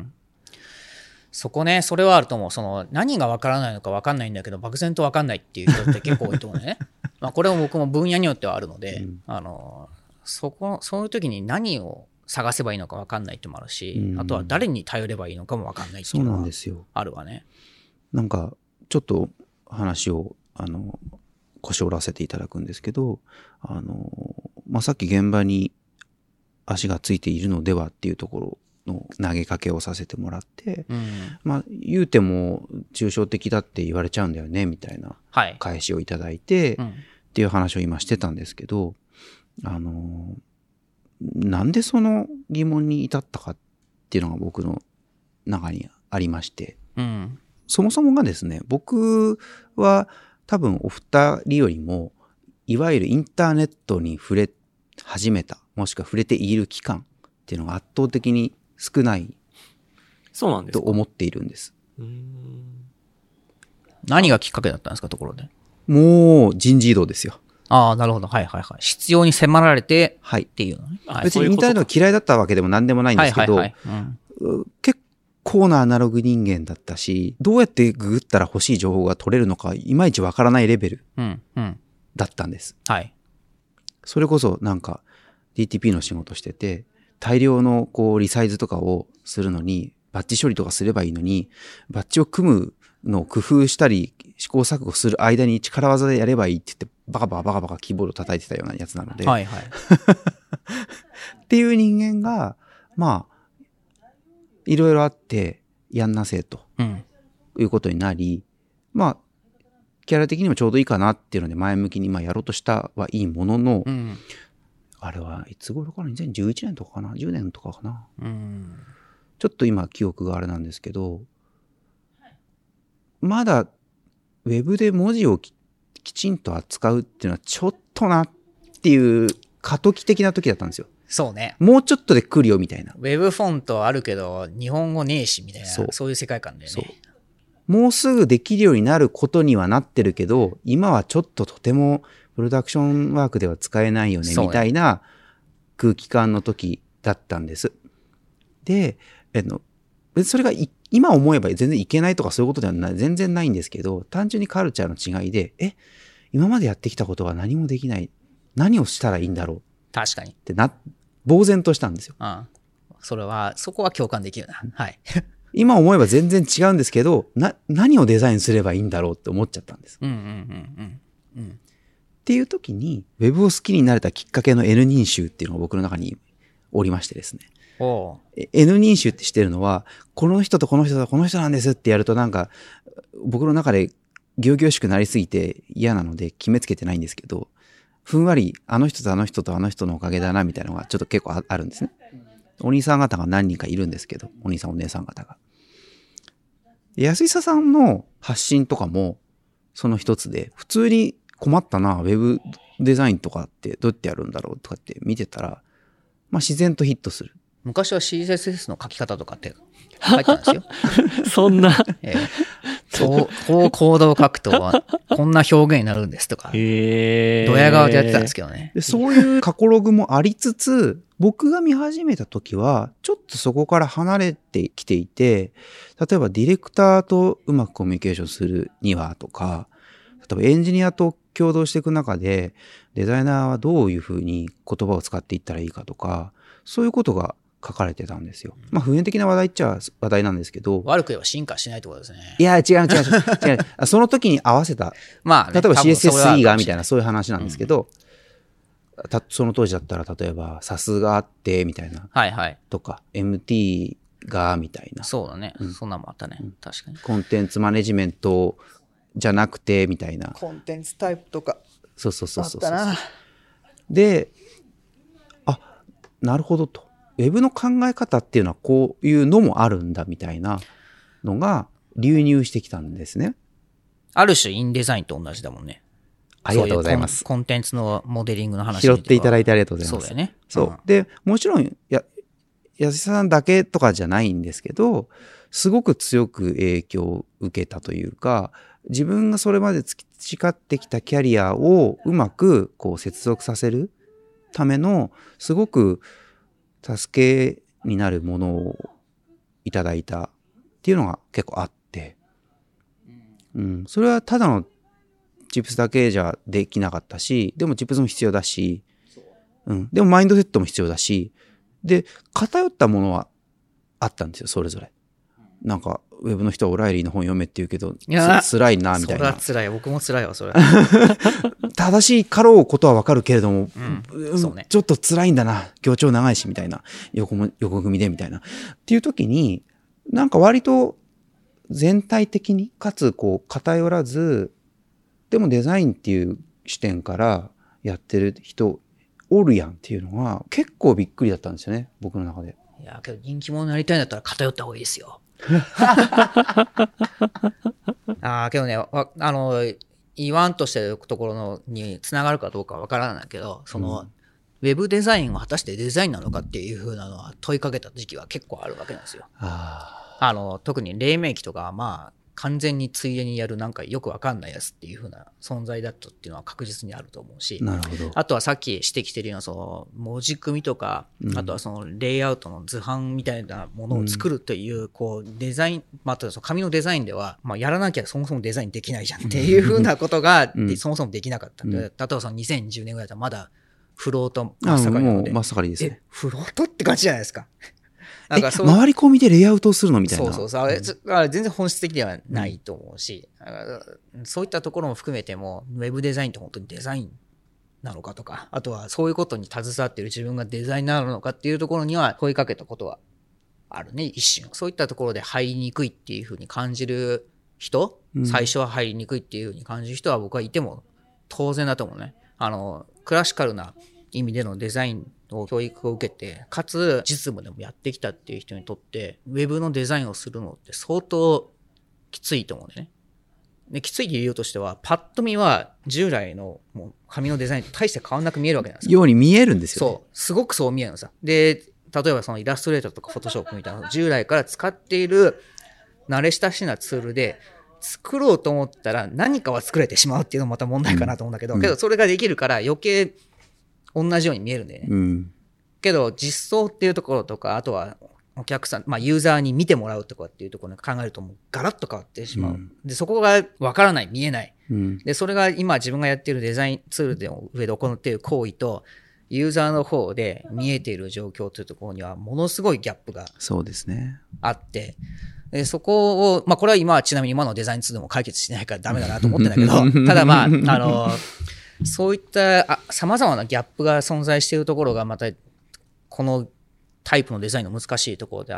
そこね、それはあると思う。その何がわからないのかわかんないんだけど、漠然とわかんないっていう人って結構多いと思うね。まあこれは僕も分野によってはあるので、うん、あのそこそういう時に何を探せばいいのかわかんないってもあるし、うん、あとは誰に頼ればいいのかもわかんないっていうのはあるわね。 なんかちょっと話をあの。腰を折らせていただくんですけど、あの、まあ、さっき現場に足がついているのではっていうところの投げかけをさせてもらって、うん、まあ、言うても抽象的だって言われちゃうんだよね、みたいな返しをいただいて、はい、っていう話を今してたんですけど、あの、なんでその疑問に至ったかっていうのが僕の中にありまして、うん、そもそもがですね、僕は多分お二人よりもいわゆるインターネットに触れ始めたもしくは触れている期間っていうのが圧倒的に少ないと思っているんです。うーん何がきっかけだったんですかところで。 もう人事異動ですよ。 あああ、なるほど。はいはいはい。必要に迫られて、はい。っていうのね。 はい、別にインターネットが嫌いだったわけでも何でもないんですけど、はいはいはいうん、結構なアナログ人間だったし、どうやってググったら欲しい情報が取れるのか、いまいちわからないレベルだったんです。 うんうん、はい。 それこそなんか ディーティーピー の仕事してて、大量のこうリサイズとかをするのに、バッジ処理とかすればいいのに、バッジを組むのを工夫したり、試行錯誤する間に力技でやればいいって言って、バカバカバカバカキーボード叩いてたようなやつなので。 はいはい。 っていう人間が、まあ、いろいろあって、やんなせえと、うん、いうことになり、まあ、キャラ的にもちょうどいいかなっていうので前向きにまあやろうとしたはいいものの、うん、あれはいつ頃かなにせんじゅういちねんとかかなじゅうねんとかかな、うん、ちょっと今記憶があれなんですけど、まだウェブで文字を き, きちんと扱うっていうのはちょっとなっていう過渡期的な時だったんですよ。 そうね。 もうちょっとで来るよみたいな。 ウェブフォントあるけど日本語ねえしみたいな、そう、そういう世界観だよね。そう、 もうすぐできるようになることにはなってるけど、今はちょっととてもプロダクションワークでは使えないよねみたいな空気感の時だったんです。で、えのそれが今思えば全然いけないとかそういうことではない、全然ないんですけど、単純にカルチャーの違いで、え、今までやってきたことは何もできない。何をしたらいいんだろう。 確かに。 ってな、呆然としたんですよ。 うん。それは、そこは共感できるな。はい。 今思えば全然違うんですけど、な、何をデザインすればいいんだろうって思っちゃったんです。 うんうんうんうんうん。 っていう時に、ウェブを好きになれたきっかけの N 認証っていうのが僕の中におりましてですね。 お N 認証ってしてるのは、この人とこの人とこの人なんですってやるとなんか、僕の中で仰々しくなりすぎて嫌なので決めつけてないんですけど、ふんわりあの人とあの人とあの人のおかげだなみたいなのがちょっと結構あるんですね。お兄さん方が何人かいるんですけど、お兄さんお姉さん方が。安久さんの発信とかもその一つで、普通に困ったな、ウェブデザインとかってどうやってやるんだろうとかって見てたら、まあ自然とヒットする。 昔は シーエスエス の書き方とかって書いてたんですよ。 そんな、 えー、そうこうコードを書くとこんな表現になるんですとか、へー、ドヤ顔でやってたんですけどね。 でそういう過去ログもありつつ、僕が見始めた時はちょっとそこから離れてきていて、例えばディレクターとうまくコミュニケーションするにはとか、例えばエンジニアと共同していく中でデザイナーはどういうふうに言葉を使っていったらいいかとか、そういうことが書かれてたんですよ。まあ普遍的な話題っちゃ話題なんですけど。 悪く言えば進化しないってことですね。 いや、違う違う違う。違うその時に合わせた。まあ、ね、例えば シーエスエススリー がみたいなそういう話なんですけど、うん、たその当時だったら例えば サス があってみたいな。 はいはい。 とか エムティー がみたいな。 そうだね。うん、そんなもんあったね、うん。確かに。 コンテンツマネジメントじゃなくてみたいな。 コンテンツタイプとか。 そうそうそうそう。 あったな。 で、あ、なるほどと。ウェブの考え方っていうのはこういうのもあるんだみたいなのが流入してきたんですね。 ある種インデザインと同じだもんね。 ありがとうございます。 コンテンツのモデリングの話拾っていただいてありがとうございます。 そうだよね。 そう。うん、で、もちろん、や、安井さんだけとかじゃないんですけど、すごく強く影響を受けたというか、自分がそれまで培ってきたキャリアをうまくこう接続させるための、すごく助けになるものをいただいたっていうのが結構あって、うん、それはただのチップスだけじゃできなかったし、でもチップスも必要だし、うん、でもマインドセットも必要だし、で偏ったものはあったんですよ、それぞれ。なんかウェブの人はオライリーの本読めって言うけど、つ辛いなみたいな。 それは辛い、僕も辛いわそれ。 正しいかろうことはわかるけれども、 うんうんそうね、 ちょっと辛いんだな、行長長いしみたいな、横も横組でみたいなっていう時に、なんか割と全体的にかつこう偏らず、でもデザインっていう視点からやってる人おるやんっていうのは結構びっくりだったんですよね、僕の中で。 いやけど人気者になりたいんだったら偏った方がいいですよ。ああけどね、あの言わんとしてるところのにつながるかどうかわからないけど、その、うん、ウェブデザインは果たしてデザインなのかっていう風なのは問いかけた時期は結構あるわけなんですよ。ああの特に黎明期とかはまあ完全についでにやるなんかよくわかんないやつっていう風な存在だったっていうのは確実にあると思うし、 なるほど。 あとはさっき指摘してるようなその文字組みとか、うん、あとはそのレイアウトの図版みたいなものを作るという、うん、こうデザイン、まあ、あとその紙のデザインでは、まあ、やらなきゃそもそもデザインできないじゃんっていう風なことが、うん、そもそもできなかった。うん、例えばそのにせんじゅうねんぐらいだったらまだフロート真っ盛りなので、 真っ盛りですね。 え、フロートって感じじゃないですか。 なんかそう回り込みでレイアウトをするのみたいな。 そうそうそう。あれ、うん、あれ全然本質的ではないと思うし、うん、そういったところも含めても、ウェブデザインって本当にデザインなのかとか、あとはそういうことに携わっている自分がデザイナーなのかっていうところには問いかけたことはあるね、一瞬。そういったところで入りにくいっていうふうに感じる人、うん、最初は入りにくいっていうふうに感じる人は僕はいても当然だと思うね。あの、クラシカルな意味でのデザインを教育を受けて、かつ実務でもやってきたっていう人にとって、ウェブのデザインをするのって相当きついと思うんだよね。で、きつい理由としては、パッと見は従来のもう紙のデザインと大して変わんなく見えるわけなんですよ。 ように見えるんですよね。 そう。すごくそう見えるのさ。で、例えばそのイラストレーターとかフォトショップみたいな従来から使っている慣れ親しなツールで作ろうと思ったら何かは作れてしまうっていうのもまた問題かなと思うんだけど、うん、けどそれができるから余計同じように見えるんだよね。うん、けど実装っていうところとか、あとはお客さん、まあユーザーに見てもらうとかっていうところに考えるともうガラッと変わってしまう。うん、で、そこがわからない、見えない、うん。で、それが今自分がやっているデザインツールで上で行っている行為と、ユーザーの方で見えている状況というところにはものすごいギャップがそうですね。 あって、でそこを、まあこれは今はちなみに今のデザインツールでも解決してないからダメだなと思ってんだけど、ただまあ、あの、そういった様々なギャップが存在しているところがまたこのタイプのデザインの難しいところであって、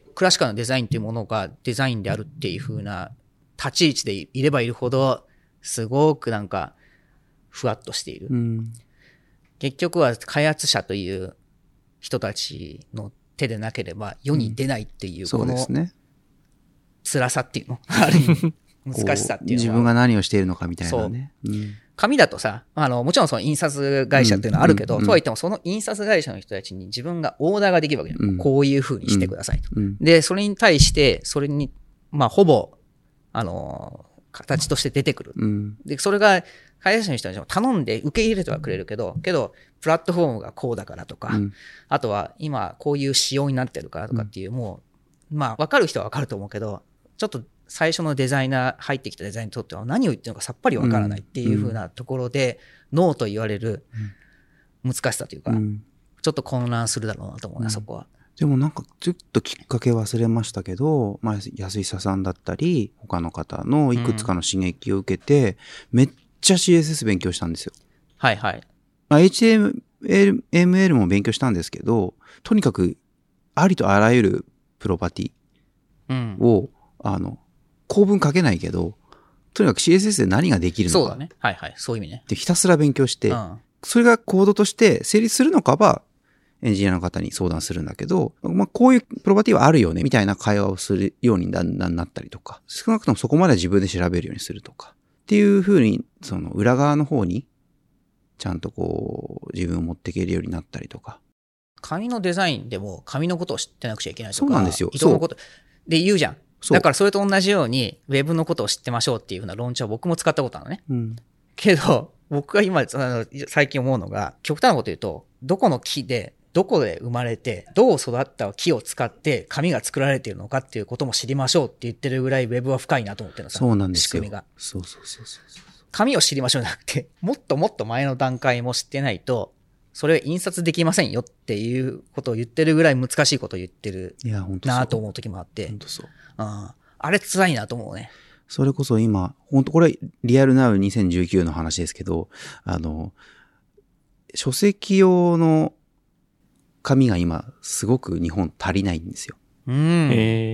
クラシカルなデザインというものがデザインであるっていう風な立ち位置でいればいるほどすごくなんかふわっとしている。うん、結局は開発者という人たちの手でなければ世に出ないっていう、この辛さっていうの、ある意味難しさっていうのは自分が何をしているのかみたいなね。 そう、うん紙だとさ、あの、もちろんその印刷会社っていうのはあるけど、うんうんうん、とはいってもその印刷会社の人たちに自分がオーダーができるわけじゃん。うん、こういう風にしてくださいと、うん。で、それに対して、それに、まあ、ほぼ、あの、形として出てくる。うん、で、それが、開発者の人たちも頼んで受け入れてはくれるけど、けど、プラットフォームがこうだからとか、うん、あとは今こういう仕様になってるからとかっていう、もう、まあ、わかる人はわかると思うけど、ちょっと、最初のデザイナー、入ってきたデザイナーにとっては何を言ってるのかさっぱりわからないっていう風なところで、うん、ノーと言われる難しさというか、うん、ちょっと混乱するだろうなと思うな、うん、そこは。 でもなんかちょっときっかけ忘れましたけど、まあ、安井さんだったり、他の方のいくつかの刺激を受けて、うん、めっちゃ シーエスエス 勉強したんですよ。 はいはい。 まあ、エイチティーエムエル も勉強したんですけど、とにかくありとあらゆるプロパティを、うん、あの、構文書けないけど、とにかく シーエスエス で何ができるのか。 そうだね。はいはい。そういう意味ね。 で、ひたすら勉強して、うん、それがコードとして成立するのかは、エンジニアの方に相談するんだけど、まあ、こういうプロパティはあるよね、みたいな会話をするようにだんだんなったりとか、少なくともそこまで自分で調べるようにするとか、っていう風に、その裏側の方に、ちゃんとこう、自分を持っていけるようになったりとか。 紙のデザインでも紙のことを知ってなくちゃいけないとか。 そうなんですよ。 糸のこと。で言うじゃん。だからそれと同じように、ウェブのことを知ってましょうっていう風な論調を僕も使ったことあるのね。うん、けど、僕が今、あの、最近思うのが、極端なこと言うと、どこの木で、どこで生まれて、どう育った木を使って紙が作られているのかっていうことも知りましょうって言ってるぐらいウェブは深いなと思ってるのさ。 そうなんですよ。 仕組みが。 そうそうそうそう。 紙を知りましょうじゃなくて、もっともっと前の段階も知ってないと、それは印刷できませんよっていうことを言ってるぐらい難しいことを言ってるなと思う時もあって。 本当そう。 うん、あれ辛いなと思うね。 それこそ今、本当これリアルナウにせんじゅうきゅうの話ですけど、あの、書籍用の紙が今すごく日本足りないんですよ。うん。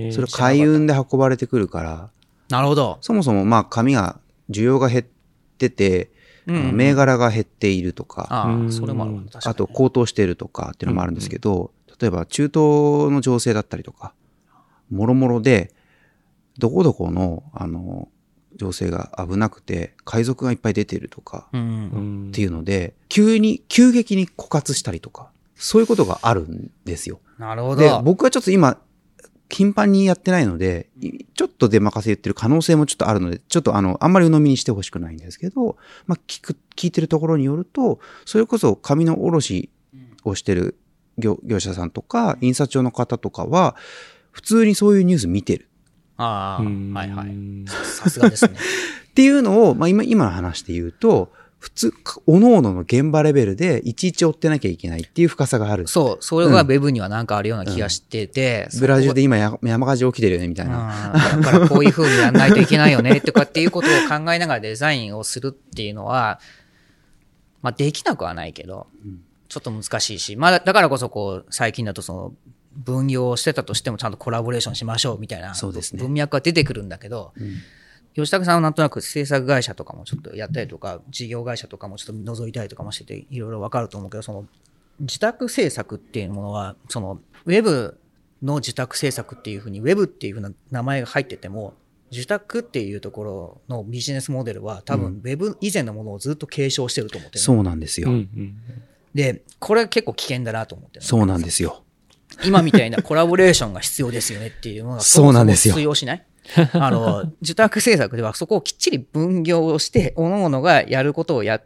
それ海運で運ばれてくるから。 なるほど。 そもそもまあ紙が需要が減ってて、うん、銘柄が減っているとか、 ああ、それもある。確かに。 あと高騰しているとかっていうのもあるんですけど、うんうん、例えば中東の情勢だったりとか、もろもろで、どこどこの、あの、情勢が危なくて、海賊がいっぱい出てるとか、うん、っていうので、急に、急激に枯渇したりとか、そういうことがあるんですよ。 なるほど。 で、僕はちょっと今、 頻繁にやってないので、ちょっと出任せ言ってる可能性もちょっとあるので、ちょっとあの、あんまり鵜呑みにしてほしくないんですけど、まあ、聞く、聞いてるところによると、それこそ紙の卸をしてる 業, 業者さんとか、印刷庁の方とかは、普通にそういうニュース見てる。 ああ、はいはい。さすがですね。 っていうのを、まあ今、今の話で言うと、普通、各々の現場レベルでいちいち追ってなきゃいけないっていう深さがある。 そう、それがウェブにはなんかあるような気がしてて。 うん、ブラジルで今山火事起きてるよね、みたいな。 だからこういう風にやんないといけないよね、とかっていうことを考えながらデザインをするっていうのは、まあできなくはないけど、ちょっと難しいし、まあだからこそこう、最近だとその、分業をしてたとしてもちゃんとコラボレーションしましょうみたいな文脈が出てくるんだけど、うん、吉武さんはなんとなく制作会社とかもちょっとやったりとか、事業会社とかもちょっと覗いたりとかもしてて、いろいろわかると思うけど、その自宅制作っていうものは、そのウェブの自宅制作っていうふうに、ウェブっていうふうな名前が入ってても、自宅っていうところのビジネスモデルは多分ウェブ以前のものをずっと継承してると思ってる、ね、 そうなんですよ、うんうん、 で、これ結構危険だなと思ってる、ね、 そうなんですよ。 今みたいなコラボレーションが必要ですよねっていうのがそうなんですよ。 通用しない？あの、自宅制作ではそこをきっちり分業をして、各々がやることをやって、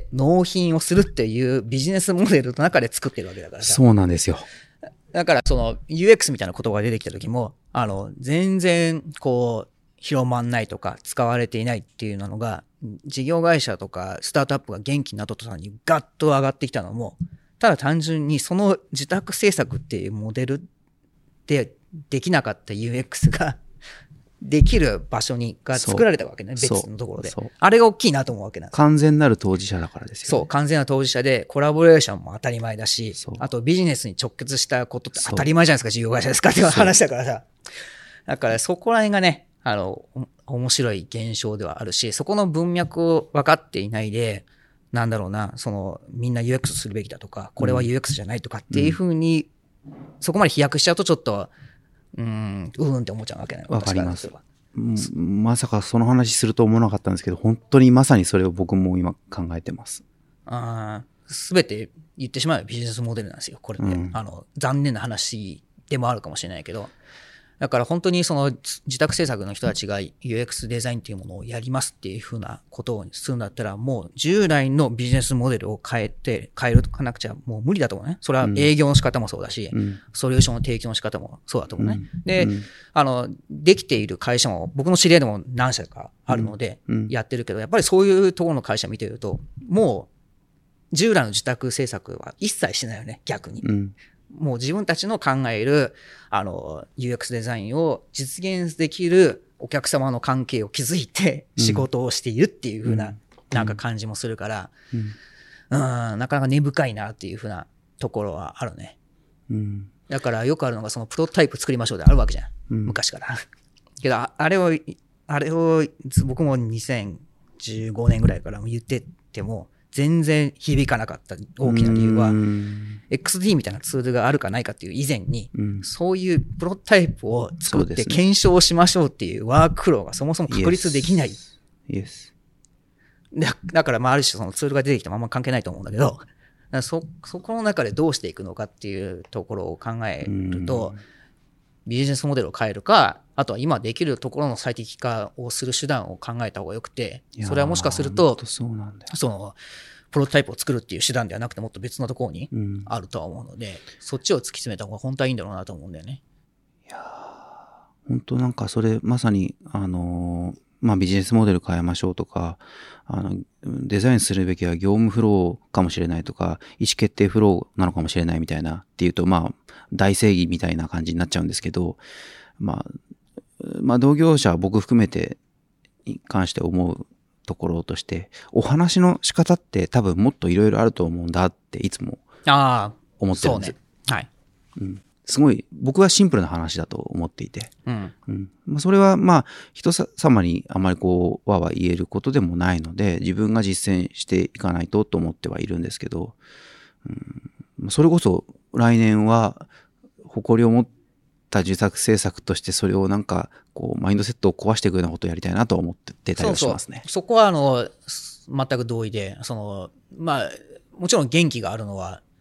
納品をするっていうビジネスモデルの中で作ってるわけだからさ。 そうなんですよ。 だからその ユーエックス みたいな言葉が出てきた時も、あの、全然こう、広まんないとか使われていないっていうのが、事業会社とかスタートアップが元気になった途端にガッと上がってきたのも、ただ単純にその自宅制作っていうモデルでできなかった ユーエックス ができる場所にが作られたわけね、別のところで。あれが大きいなと思うわけなんです。 完全なる当事者だからですよね。 そう、完全な当事者でコラボレーションも当たり前だし、あとビジネスに直結したことって当たり前じゃないですか、事業会社ですかっていう話だからさ。だからそこら辺がね、あの、面白い現象ではあるし、そこの文脈を分かっていないで、なんだろうな、その、みんな ユーエックス するべきだとか、これは ユーエックス じゃないとかっていうふうに、うん、そこまで飛躍しちゃうとちょっと、うーん、うーんって思っちゃうわけね。 わかります。まさかその話すると思わなかったんですけど、本当にまさにそれを僕も今考えてます。 ああ、すべて言ってしまうビジネスモデルなんですよ、これって、うん。あの、残念な話でもあるかもしれないけど、だから本当にその自宅制作の人たちが ユーエックス デザインっていうものをやりますっていうふうなことをするんだったら、もう従来のビジネスモデルを変えて、変えるとかなくちゃもう無理だと思うね。それは営業の仕方もそうだし、うん、ソリューションの提供の仕方もそうだと思うね。うん、で、うん、あの、できている会社も僕の知り合いでも何社かあるのでやってるけど、やっぱりそういうところの会社見てると、もう従来の自宅制作は一切しないよね、逆に。うんもう自分たちの考える、あの、ユーエックス デザインを実現できるお客様の関係を築いて仕事をしているっていう風な、うん、なんか感じもするから、うん、うんなかなか根深いなっていう風なところはあるね。うん、だからよくあるのがそのプロトタイプ作りましょうであるわけじゃん。うん、昔から。けど、あれを、あれを僕もにせんじゅうごねんぐらいから言ってても、全然響かなかった大きな理由は、エックスディー みたいなツールがあるかないかっていう以前に、うん、そういうプロトタイプを作って検証しましょうっていうワークフローがそもそも確立できない。 Yes. Yes. だ, だからまあある種そのツールが出てきてもあんま関係ないと思うんだけど、そ, そこの中でどうしていくのかっていうところを考えると、ビジネスモデルを変えるか、あとは今できるところの最適化をする手段を考えた方がよくて、それはもしかすると、 そうなんだよ。 その、プロトタイプを作るっていう手段ではなくてもっと別のところにあるとは思うので、うん、そっちを突き詰めた方が本当はいいんだろうなと思うんだよね。 いやー、本当なんかそれまさに、あのー、まあビジネスモデル変えましょうとか、あの、デザインするべきは業務フローかもしれないとか、意思決定フローなのかもしれないみたいなっていうと、まあ、大正義みたいな感じになっちゃうんですけど、まあ、まあ同業者は僕含めてに関して思うところとして、お話の仕方って多分もっといろいろあると思うんだっていつも思ってるんです。そうね。はい。うん。すごい、僕はシンプルな話だと思っていて。うん。うん。まあ、それはまあ、人様にあまりこう、わわ言えることでもないので、自分が実践していかないとと思ってはいるんですけど、うん、それこそ来年は、誇りを持った自作制作としてそれをなんか、こう、マインドセットを壊していくようなことをやりたいなと思ってたりはしますね。 そうそう。そこはあの、全く同意で、その、まあ、もちろん元気があるのは、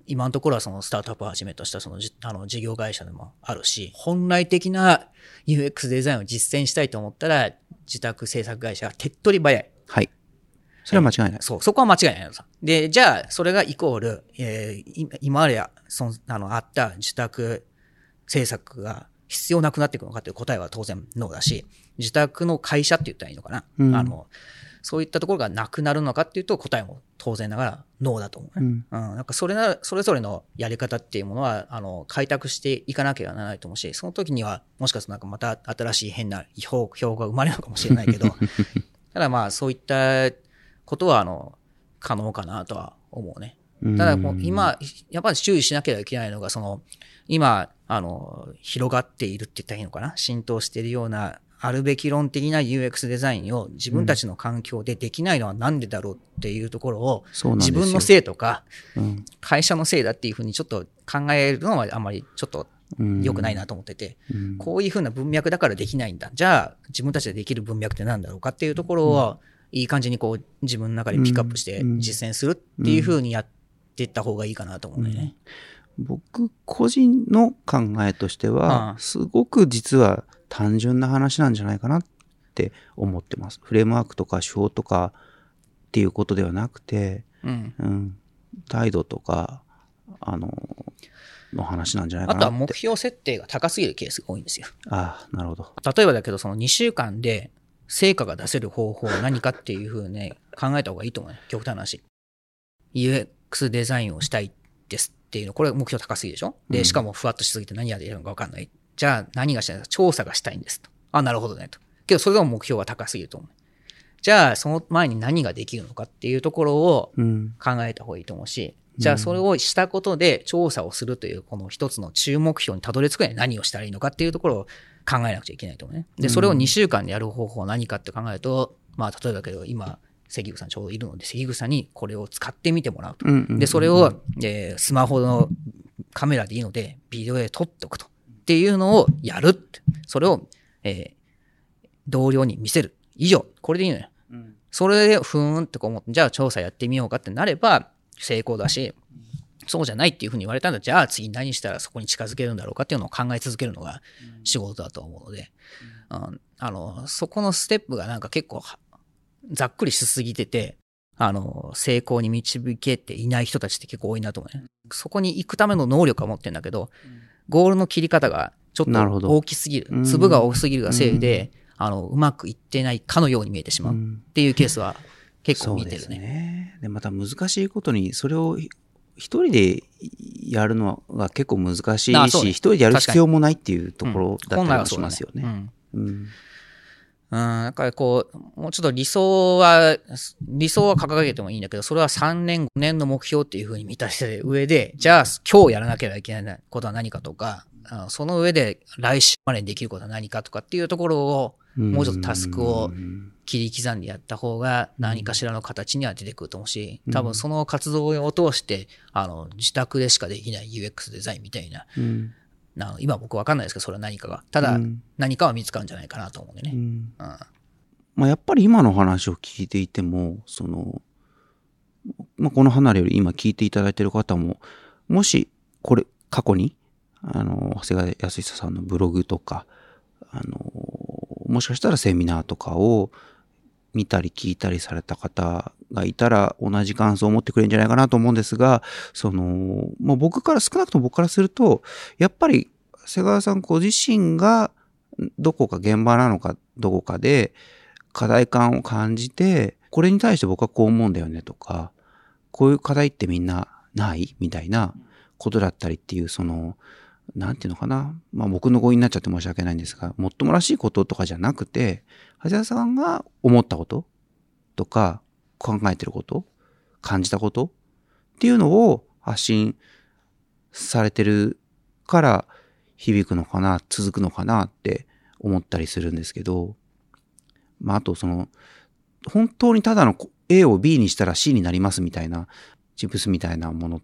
今のところはそのスタートアップをはじめとしたそのあの事業会社でもあるし、本来的な ユーエックス デザインを実践したいと思ったら、自宅制作会社が手っ取り早い。 はい。それは間違いない。 そう、そこは間違いないのさ。で、じゃあ、それがイコール、えー、今までや、その、あの、あった自宅制作が必要なくなっていくのかという答えは当然ノーだし、自宅の会社って言ったらいいのかな。うん、あの、そういったところがなくなるのかっていうと答えも当然ながらノーだと思うね。うん。うん、なんかそれな、それぞれのやり方っていうものは、あの、開拓していかなければならないと思うし、その時には、もしかするとなんかまた新しい変な表、表が生まれるのかもしれないけど、ただまあそういったことは、あの、可能かなとは思うね。ただもう今、やっぱり注意しなければいけないのが、その、今、あの、広がっているって言ったらいいのかな、浸透しているような、あるべき論的な ユーエックス デザインを自分たちの環境でできないのはなんでだろうっていうところを、自分のせいとか、会社のせいだっていうふうにちょっと考えるのはあんまりちょっと良くないなと思ってて、こういうふうな文脈だからできないんだ。じゃあ自分たちでできる文脈って何だろうかっていうところを、いい感じにこう自分の中でピックアップして実践するっていうふうにやっていった方がいいかなと思うんだよね。 僕個人の考えとしては、すごく実は単純な話なんじゃないかなって思ってます。フレームワークとか手法とかっていうことではなくて、うんうん、態度とかあのの話なんじゃないかなって。 あとは目標設定が高すぎるケースが多いんですよ。 ああ、なるほど。 例えばだけど、そのにしゅうかんで成果が出せる方法は何かっていうふうに考えた方がいいと思うね。極端な話。ユーエックス デザインをしたいですっていうの、これ目標高すぎでしょ。で、しかもふわっとしすぎて何やってるのか分かんない。じゃあ何がしたいのか、調査がしたいんですと。あ、なるほどねと。けどそれでも目標は高すぎると思う。じゃあその前に何ができるのかっていうところを考えた方がいいと思うし、うん、じゃあそれをしたことで調査をするというこの一つの中目標にたどり着くには何をしたらいいのかっていうところを考えなくちゃいけないと思うね。で、それをにしゅうかんでやる方法は何かって考えると、まあ例えばだけど今、関口さんちょうどいるので、関口さんにこれを使ってみてもらうと。で、それを、えー、スマホのカメラでいいので、ビデオで撮っておくと。っていうのをやるって。それを、えー、同僚に見せる。以上。これでいいのよ。うん、それで、ふーんってこう思って、じゃあ調査やってみようかってなれば、成功だし、そうじゃないっていうふうに言われたんだ。じゃあ次何したらそこに近づけるんだろうかっていうのを考え続けるのが仕事だと思うので、うんうん、あの、そこのステップがなんか結構、ざっくりしすぎてて、あの、成功に導けていない人たちって結構多いなと思うね。そこに行くための能力は持ってるんだけど、ゴールの切り方がちょっと大きすぎる。粒が多すぎるがせいで、あの、うまくいってないかのように見えてしまうっていうケースは結構見てるね。 そうですね。で、また難しいことに、それを一人でやるのが結構難しいし、一、ね、人でやる必要もないっていうところだったりもしますよね。 うん、だからこう、もうちょっと理想は、理想は掲げてもいいんだけど、それはさんねん、ごねんの目標っていうふうに満たして上で、じゃあ今日やらなければいけないことは何かとか、その上で来週までにできることは何かとかっていうところを、もうちょっとタスクを切り刻んでやった方が何かしらの形には出てくると思うし、多分その活動を通して、あの、自宅でしかできない ユーエックス デザインみたいな、うんな今僕分かんないですけど、それは何かが。ただ、何かは見つかるんじゃないかなと思うんでね。うんうんまあ、やっぱり今の話を聞いていても、その、まあ、この離れより今聞いていただいている方も、もし、これ、過去に、あの、長谷川康久さんのブログとか、あの、もしかしたらセミナーとかを見たり聞いたりされた方がいたら、同じ感想を持ってくれるんじゃないかなと思うんですが、その、まあ、僕から、少なくとも僕からすると、やっぱり、瀬川さんご自身が、どこか現場なのか、どこかで、課題感を感じて、これに対して僕はこう思うんだよねとか、こういう課題ってみんなないみたいなことだったりっていう、その、なんていうのかな。まあ僕の語彙になっちゃって申し訳ないんですが、もっともらしいこととかじゃなくて、長谷川さんが思ったこととか、考えてること、感じたことっていうのを発信されてるから響くのかな、続くのかなって思ったりするんですけど、まああとその、本当にただの A を B にしたら C になりますみたいな、チップスみたいなものって、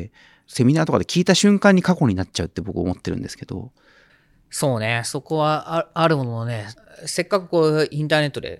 セミナーとかで聞いた瞬間に過去になっちゃうって僕思ってるんですけど。 そうね、そこはあるもののね、せっかくこうインターネットで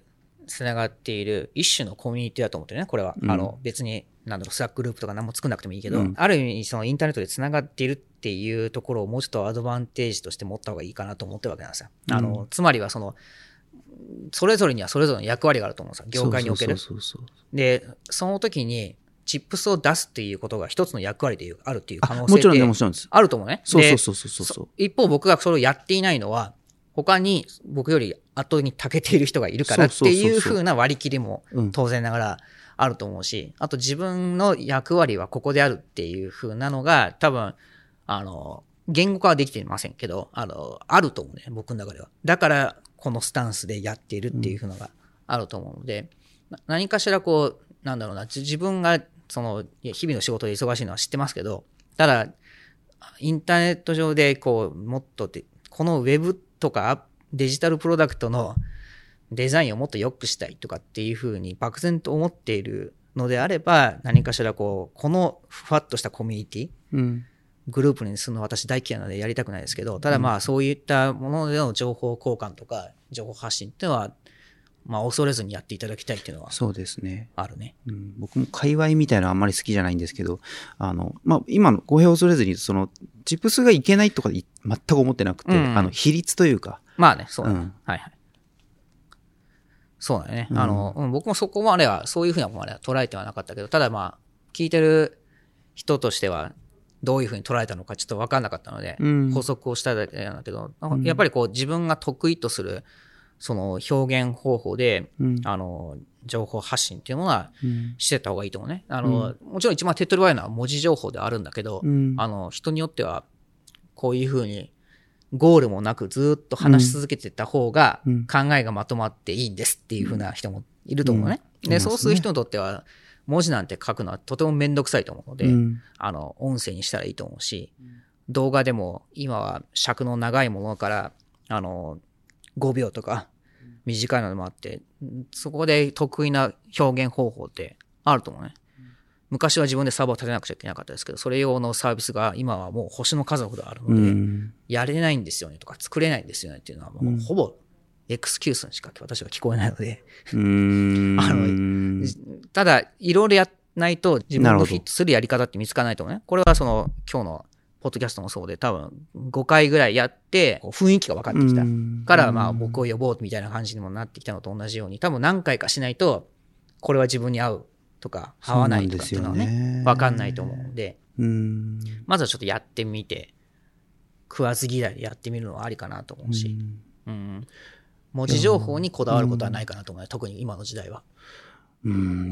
つながっている一種のコミュニティだと思ってるね、これは。うん、あの、別に、なんだろう、スラックグループとか何も作んなくてもいいけど、うん、ある意味、そのインターネットでつながっているっていうところをもうちょっとアドバンテージとして持った方がいいかなと思ってるわけなんですよ。うん、あの、つまりはその、それぞれにはそれぞれの役割があると思うんですよ、業界における。そうそうそうそう。で、その時に、チップスを出すっていうことが一つの役割であるっていう可能性ってあると思うね。 そうそうそうそうそう。 一方僕がそれをやっていないのは、他に僕より圧倒に長けている人がいるからっていう風な割り切りも当然ながらあると思うし、あと自分の役割はここであるっていう風なのが多分、あの、言語化はできていませんけど、あの、あると思うね、僕の中では。だからこのスタンスでやっているっていう風のがあると思うので、何かしらこう、なんだろうな、自分がその日々の仕事で忙しいのは知ってますけど、ただ、インターネット上でこう、もっとで、このウェブとかデジタルプロダクトのデザインをもっと良くしたいとかっていうふうに漠然と思っているのであれば、何かしらこう、このふわっとしたコミュニティ、うん、グループにするのは私大嫌いなのでやりたくないですけど、ただまあそういったものでの情報交換とか情報発信っていうのは、まあ恐れずにやっていただきたいっていうのはそうですね。 あるね。 うん、僕も界隈みたいなのはあんまり好きじゃないんですけど、あの、まあ今の語弊を恐れずに、その、チップスがいけないとか全く思ってなくて、うん、あの、比率というか。 まあね、そうだね。うん、はいはい。そうだね。うん、あの、うん、僕もそこまでは、そういうふうなものまでは捉えてはなかったけど、ただまあ、聞いてる人としては、どういうふうに捉えたのかちょっと分かんなかったので、うん、補足をしただけなんだけど、うん、やっぱりこう自分が得意とする、その表現方法で、うん、あの、情報発信っていうものはしてた方がいいと思うね。あの、うん、もちろん一番手っ取り早いのは文字情報であるんだけど、うん、あの、人によっては、こういうふうに、ゴールもなくずっと話し続けてた方が、考えがまとまっていいんですっていうふうな人もいると思うね。うん、で、そうする人にとっては、文字なんて書くのはとてもめんどくさいと思うので、うん、あの、音声にしたらいいと思うし、動画でも今は尺の長いものから、あの、ごびょうとか短いのもあって、そこで得意な表現方法ってあると思うね。昔は自分でサーバーを立てなくちゃいけなかったですけど、それ用のサービスが今はもう星の数ほどあるので、うん、やれないんですよねとか作れないんですよねっていうのはもうほぼエクスキュースにしか私は聞こえないので、うん、あのただいろいろやらないと自分のフィットするやり方って見つからないと思うね。これはその今日のポッドキャストもそうで、多分ごかいぐらいやって雰囲気が分かってきたからまあ僕を呼ぼうみたいな感じにもなってきたのと同じように、多分何回かしないとこれは自分に合うとか合わないとかっていうのはね分かんないと思うので、うんまずはちょっとやってみて食わず嫌いでやってみるのはありかなと思うし、うんうん文字情報にこだわることはないかなと思う、特に今の時代は。 うん、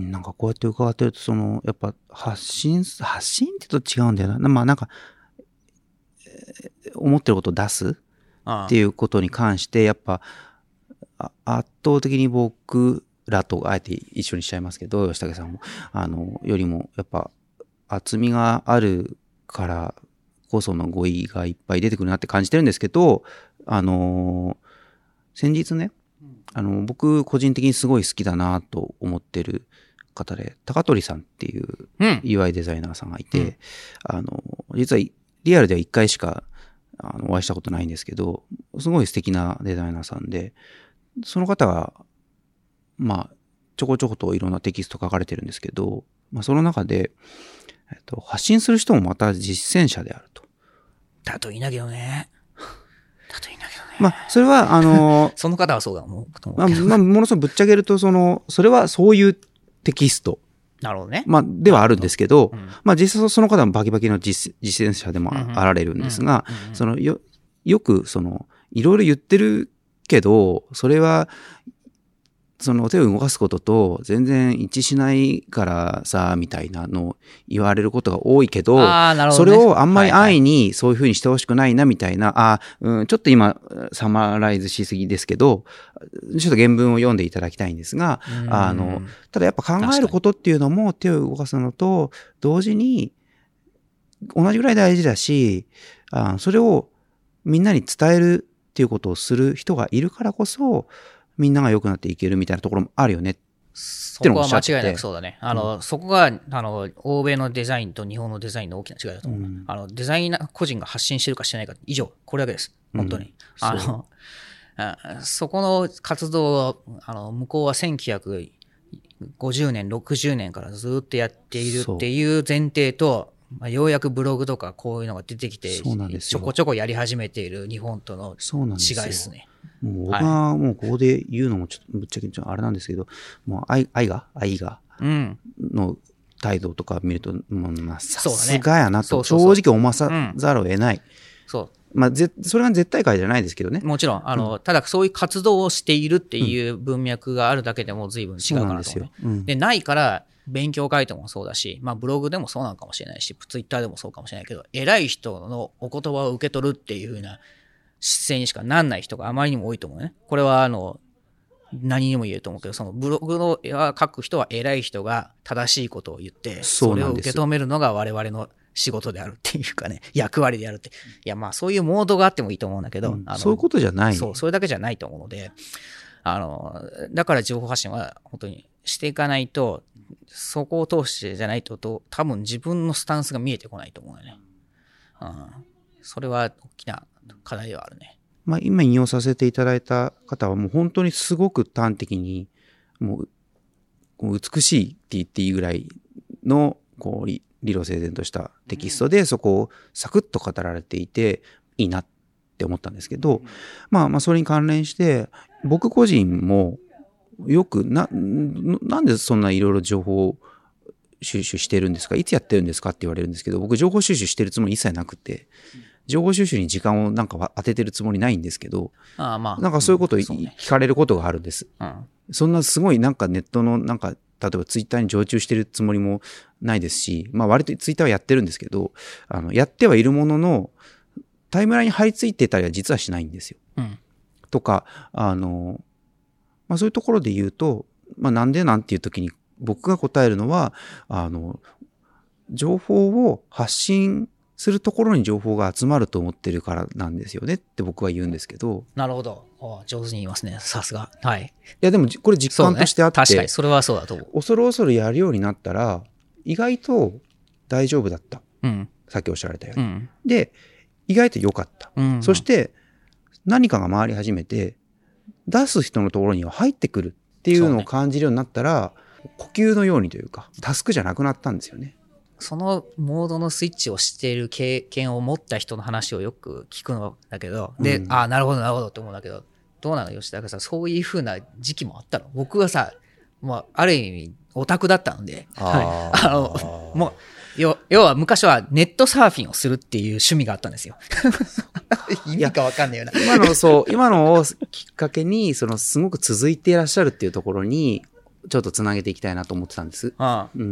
なんかこうやって伺ってると、その、やっぱ発信、発信って言うと違うんだよな。まあなんか、えー、思ってることを出すっていうことに関して、やっぱ、あ圧倒的に僕らと、あえて一緒にしちゃいますけど、吉武さんも、あの、よりも、やっぱ、厚みがあるからこその語彙がいっぱい出てくるなって感じてるんですけど、あのー、先日ね、あの、僕個人的にすごい好きだなと思ってる方で、高取さんっていう ユーアイ デザイナーさんがいて、うん、あの、実はリアルではいっかいしかあのお会いしたことないんですけど、すごい素敵なデザイナーさんで、その方が、まあ、ちょこちょこといろんなテキスト書かれてるんですけど、まあ、その中で、えっと、発信する人もまた実践者であると。 だといいんだけどね。だといいんだけどね。 まあ、それは、あのー、 その方はそうだもう。まあ、まあ、ものすごくぶっちゃけると、その、それはそういうテキスト。 なるほどね。 まあ、ではあるんですけど、うん、まあ、実際その方もバキバキの実、実践者でもあられるんですが、その、よ、よく、その、いろいろ言ってるけど、それは、その手を動かすことと全然一致しないからさ、みたいなのを言われることが多いけど、 あ、なるほどね、 それをあんまり安易にそういうふうにしてほしくないな、みたいな、はいはい、あ、うん、ちょっと今、サマライズしすぎですけど、ちょっと原文を読んでいただきたいんですが、あの、ただやっぱ考えることっていうのも手を動かすのと同時に同じぐらい大事だし、あ、それをみんなに伝えるっていうことをする人がいるからこそ、みんなが良くなっていけるみたいなところもあるよねってのをおっしゃってて。 そこは間違いなくそうだね。あの、うん、そこが、あの、欧米のデザインと日本のデザインの大きな違いだと思う。うん、あの、デザイナー個人が発信してるかしてないか以上、これだけです。本当に。うん、あの、 そこの活動は、あの、向こうはせんきゅうひゃくごじゅうねん、ろくじゅうねんからずっとやっているっていう前提と、まあ、ようやくブログとかこういうのが出てきて、ちょこちょこやり始めている日本との違いですね。 もう僕がもうここで言うのもちょっとぶっちゃけあれなんですけど、もう愛、愛が、愛が、の態度とか見ると、もうまあ、さすがやなと、正直思わさざるを得ない。 そう。 まあ、ぜ、それが絶対解じゃないですけどね。 もちろん、あの、うん、ただそういう活動をしているっていう文脈があるだけでも随分違うかなと思う、ね。そうなんですよ。うん、で、ないから、勉強会ともそうだし、まあブログでもそうなのかもしれないし、ツイッターでもそうかもしれないけど、偉い人のお言葉を受け取るっていう風な姿勢にしかなんない人があまりにも多いと思うね。これはあの、何にも言えると思うけど、そのブログの書く人は偉い人が正しいことを言って、それを受け止めるのが我々の仕事であるっていうかね、役割であるって。いや、まあそういうモードがあってもいいと思うんだけど、うん、 あのそういうことじゃない。 そう、それだけじゃないと思うので、あの、だから情報発信は本当にしていかないと、そこを通してじゃないと、と多分自分のスタンスが見えてこないと思うよね。うん。それは大きな課題ではあるね。 まあ今引用させていただいた方はもう本当にすごく端的に、もう、美しいって言っていいぐらいの、こう、理路整然としたテキストでそこをサクッと語られていていいなって思ったんですけど、まあまあそれに関連して僕個人もよくな、なんでそんないろいろ情報収集してるんですか、いつやってるんですかって言われるんですけど、僕情報収集してるつもり一切なくて、情報収集に時間をなんか当ててるつもりないんですけど、 ああまあなんかそういうことを聞かれることがあるんです。 うん、 そんなすごいなんかネットのなんか例えばツイッターに常駐してるつもりもないですし、まあ割とツイッターはやってるんですけど、あの、やってはいるものの、タイムラインに貼り付いてたりは実はしないんですよ。 うん、 とか、あの、まあそういうところで言うと、まあなんでなんていう時に僕が答えるのは、あの、情報を発信するところに情報が集まると思ってるからなんですよねって僕は言うんですけど。 なるほど。上手に言いますね。さすが。はい。 いやでもこれ実感としてあって、 ね、確かにそれはそうだと思う。 恐る恐るやるようになったら意外と大丈夫だった。 うん、 さっきおっしゃられたように。 うん、 で、意外と良かった。 うん、 そして何かが回り始めて出す人のところには入ってくるっていうのを感じるようになったら、ね、呼吸のようにというかタスクじゃなくなったんですよね。 そのモードのスイッチをしている経験を持った人の話をよく聞くのだけど、で、うん、ああ、なるほど、なるほどって思うんだけど、どうなの吉田さん、そういう風な時期もあったの？僕はさ、まあ、ある意味、オタクだったので、 ああの、もう、要は昔はネットサーフィンをするっていう趣味があったんですよ。意味かわかんないよな。 今の、そう、今のをきっかけに、その、すごく続いていらっしゃるっていうところに、ちょっとつなげていきたいなと思ってたんです。 ああ、 うん、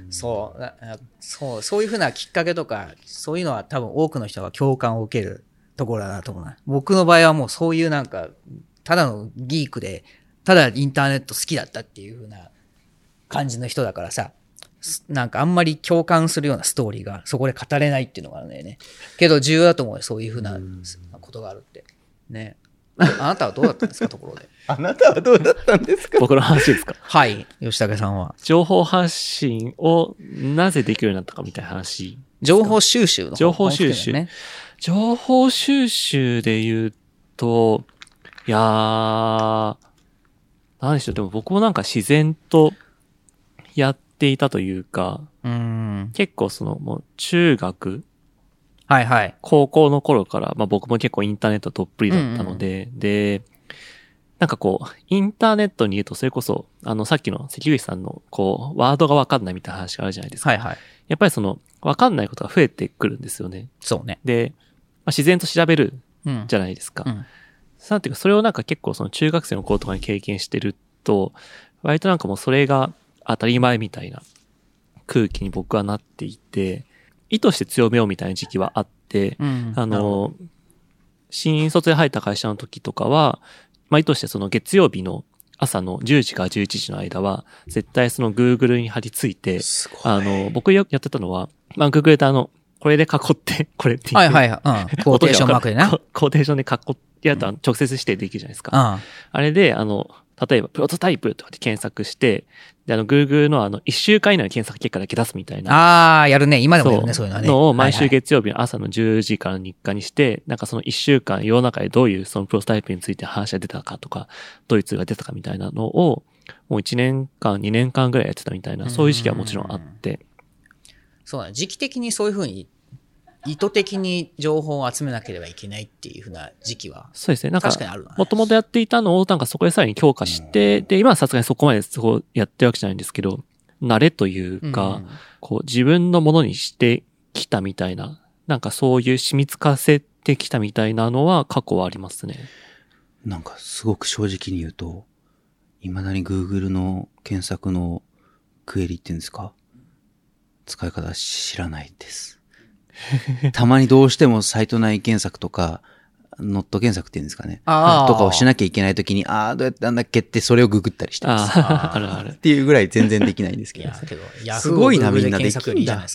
そう、そう、そういうふうなきっかけとか、そういうのは多分多くの人が共感を受けるところだなと思うな。僕の場合はもうそういうなんか、ただのギークで、ただインターネット好きだったっていうふうな感じの人だからさ、なんかあんまり共感するようなストーリーがそこで語れないっていうのがあるんだよね。けど重要だと思うよ、そういうふうなことがあるって。ね。あなたはどうだったんですか、ところで。 あなたはどうだったんですか。 僕の話ですか。 はい、吉武さんは。 情報発信をなぜできるようになったかみたいな話。 情報収集の方、 情報収集。ね、情報収集で言うと、いやー、なんでしょう、でも僕もなんか自然とやっていたというか、 うーん結構そのもう中学、 はいはい。 高校の頃から、まあ僕も結構インターネットどっぷりだったので、うんうん、で、なんかこう、インターネットに言うと、それこそ、あの、さっきの関口さんの、こう、ワードがわかんないみたいな話があるじゃないですか。 はいはい。 やっぱりその、わかんないことが増えてくるんですよね。 そうね。 で、まあ、自然と調べるじゃないですか。 うんうん、 なんていうか、それをなんか結構その中学生の頃とかに経験してると、割となんかもうそれが当たり前みたいな空気に僕はなっていて、意図して強めようみたいな時期はあって、 うん、 あの、新卒で入った会社の時とかは、まあ、意図してその月曜日の朝のじゅうじからじゅういちじの間は、絶対その Google に貼り付いて、あの、僕よくやってたのは、まあ、Google であの、これで囲って、これって言って。 はいはいはい。うん。コーテーションマークでな。 コーテーションで囲ってやると直接指定できるじゃないですか。 うん。 あれで、あの、 例えばプロトタイプとかで検索して、で、あの、Google のあの、いっしゅうかん以内の検索結果だけ出すみたいな。 ああ、やるね。今でもやるね、そういうのはね。 のを毎週月曜日の朝のじゅうじから日課にして、はいはい、なんかそのいっしゅうかん世の中でどういうそのプロトタイプについて話が出たかとか、どういうツールが出たかみたいなのを、もういちねんかん、にねんかんぐらいやってたみたいな、そういう時期はもちろんあって。 そうだね。時期的にそういうふうに、意図的に情報を集めなければいけないっていうふうな時期は。 そうですね。なんか、 確かにあるな。 もともとやっていたのを、なんかそこでさらに強化して、で、今はさすがにそこまでそうやってるわけじゃないんですけど、慣れというか、うん、こう自分のものにしてきたみたいな、なんかそういう染みつかせてきたみたいなのは過去はありますね。 なんかすごく正直に言うと、未だに Google の検索のクエリっていうんですか？使い方知らないです。たまにどうしてもサイト内検索とか、ノット検索っていうんですかね。とかをしなきゃいけないときに、ああ、どうやったんだっけってそれをググったりしてます。 ああるある。 っていうぐらい全然できないんですけど。いや、けどすごいな、みんなできるんだ。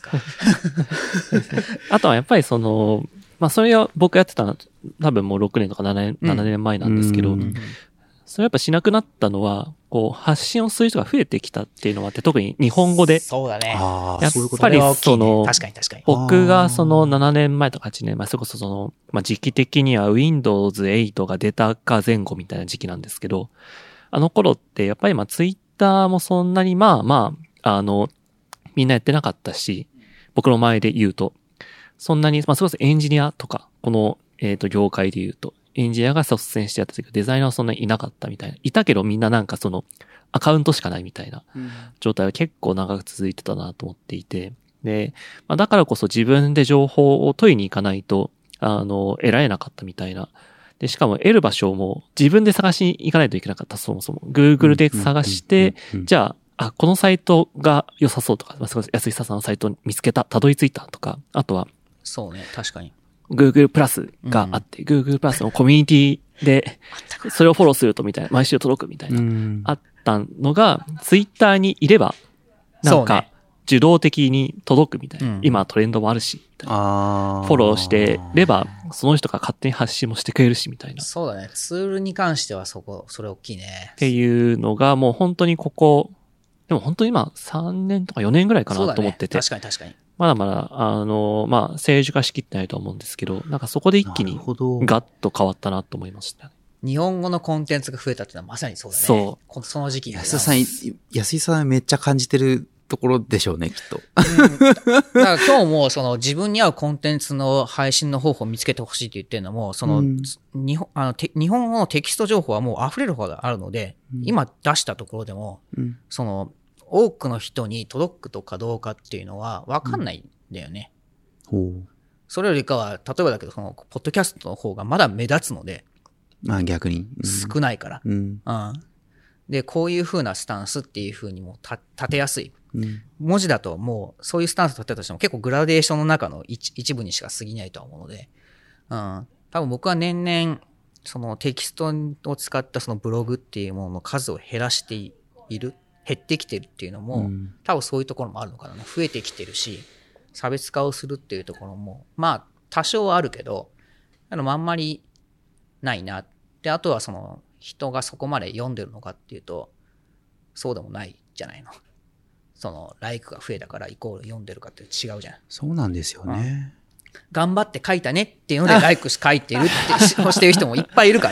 あとはやっぱりその、まあそれは僕やってたの多分もうろくねんとかななねん、うん、ななねんまえなんですけど、うん、それやっぱしなくなったのは、こう発信をする人が増えてきたっていうのがあって、特に日本語で。 そうだね。 やっぱりその、 確かに確かに。 僕がそのななねんまえとかはちねんまえ、それこそその、まあ、時期的には ウィンドウズエイト が出たか前後みたいな時期なんですけど、あの頃ってやっぱりまあツイッターもそんなにまあまあ、あの、みんなやってなかったし、僕の前で言うと、そんなに、まあそれこそエンジニアとか、この、えっと、業界で言うと、エンジニアが率先してやったけど、デザイナーはそんなにいなかったみたいな。いたけどみんななんかその、アカウントしかないみたいな状態は結構長く続いてたなと思っていて、で、まあ、だからこそ自分で情報を問いに行かないと、あの、得られなかったみたいな。で、しかも得る場所も自分で探しに行かないといけなかった、そもそも。Google で探して、じゃあ、あ、このサイトが良さそうとか、まあ、安井さんのサイトを見つけた、たどり着いたとか、あとは、 そうね、確かに。 Google プラスがあって、うん、Google プラスのコミュニティで、それをフォローするとみたいな、毎週届くみたいな、あったのが、Twitter にいれば、なんか、受動的に届くみたいな。うん、今トレンドもあるし、みたいな。フォローしてれば、その人が勝手に発信もしてくれるし、みたいな。 そうだね。ツールに関してはそこ、それ大きいね。 っていうのが、もう本当にここ、でも本当に今さんねんとかよねんぐらいかなと思ってて。 ね、確かに確かに。 まだまだ、あの、まあ、政治化しきってないと思うんですけど、なんかそこで一気にガッと変わったなと思いました、ね。 日本語のコンテンツが増えたっていうのはまさにそうだね。 そう。 その時期に。 安井さん、安井さんめっちゃ感じてるところでしょうね、きっと。 うん、だから今日もその自分に合うコンテンツの配信の方法を見つけてほしいって言ってるのも、その、うん、日本、あの、日本語のテキスト情報はもう溢れるほどあるので、うん、今出したところでも、うん、その、多くの人に届くとかどうかっていうのは分かんないんだよね。 うん、 それよりかは、例えばだけど、その、ポッドキャストの方がまだ目立つので、 まあ逆に。 うん、少ないから、 うんうん。で、こういう風なスタンスっていう風にも立てやすい。 うん、 文字だともう、そういうスタンス立てたとしても結構グラデーションの中の 一, 一部にしか過ぎないとは思うので、うん。多分僕は年々、そのテキストを使ったそのブログっていうものの数を減らしている。減ってきてるっていうのも、うん、多分そういうところもあるのかな。増えてきてるし、差別化をするっていうところも、まあ、多少はあるけど、あの、あんまりないな。で、あとはその、人がそこまで読んでるのかっていうと、そうでもないじゃないの。その、ライクが増えたからイコール読んでるかって違うじゃん。 そうなんですよね。 うん頑張って書いたねっていうのでライク書いてるってしてる人もいっぱいいるから。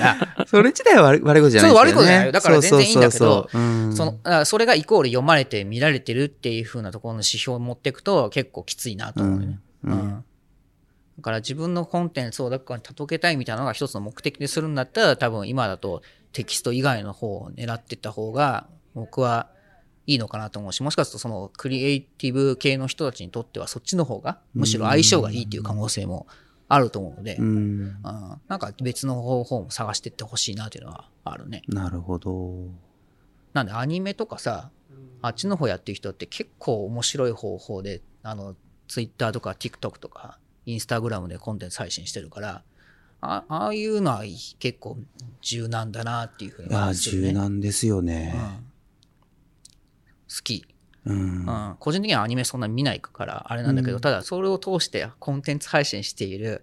それ自体は悪いことじゃないですよね。 そう悪いことじゃないよ。だから全然いいんだけど、 そのそれがイコール読まれて見られてるっていう風なところの指標を持っていくと結構きついなと思うよね。うんうんうん、だから自分のコンテンツをどこかに届けたいみたいなのが一つの目的でするんだったら多分今だとテキスト以外の方を狙っていった方が僕はいいのかなと思うし、もしかするとそのクリエイティブ系の人たちにとってはそっちの方がむしろ相性がいいっていう可能性もあると思うので、 うん、うん、 なんか別の方法も探していってほしいなというのはあるね。 なるほど。 なんでアニメとかさ、あっちの方やってる人って結構面白い方法で、あのツイッターとか TikTok とかインスタグラムでコンテンツ配信してるから、あ, ああいうのは結構柔軟だなっていうふうに思ってるね。柔軟ですよね。 うん好き、 うんうん。個人的にはアニメそんな見ないからあれなんだけど、うん、ただそれを通してコンテンツ配信している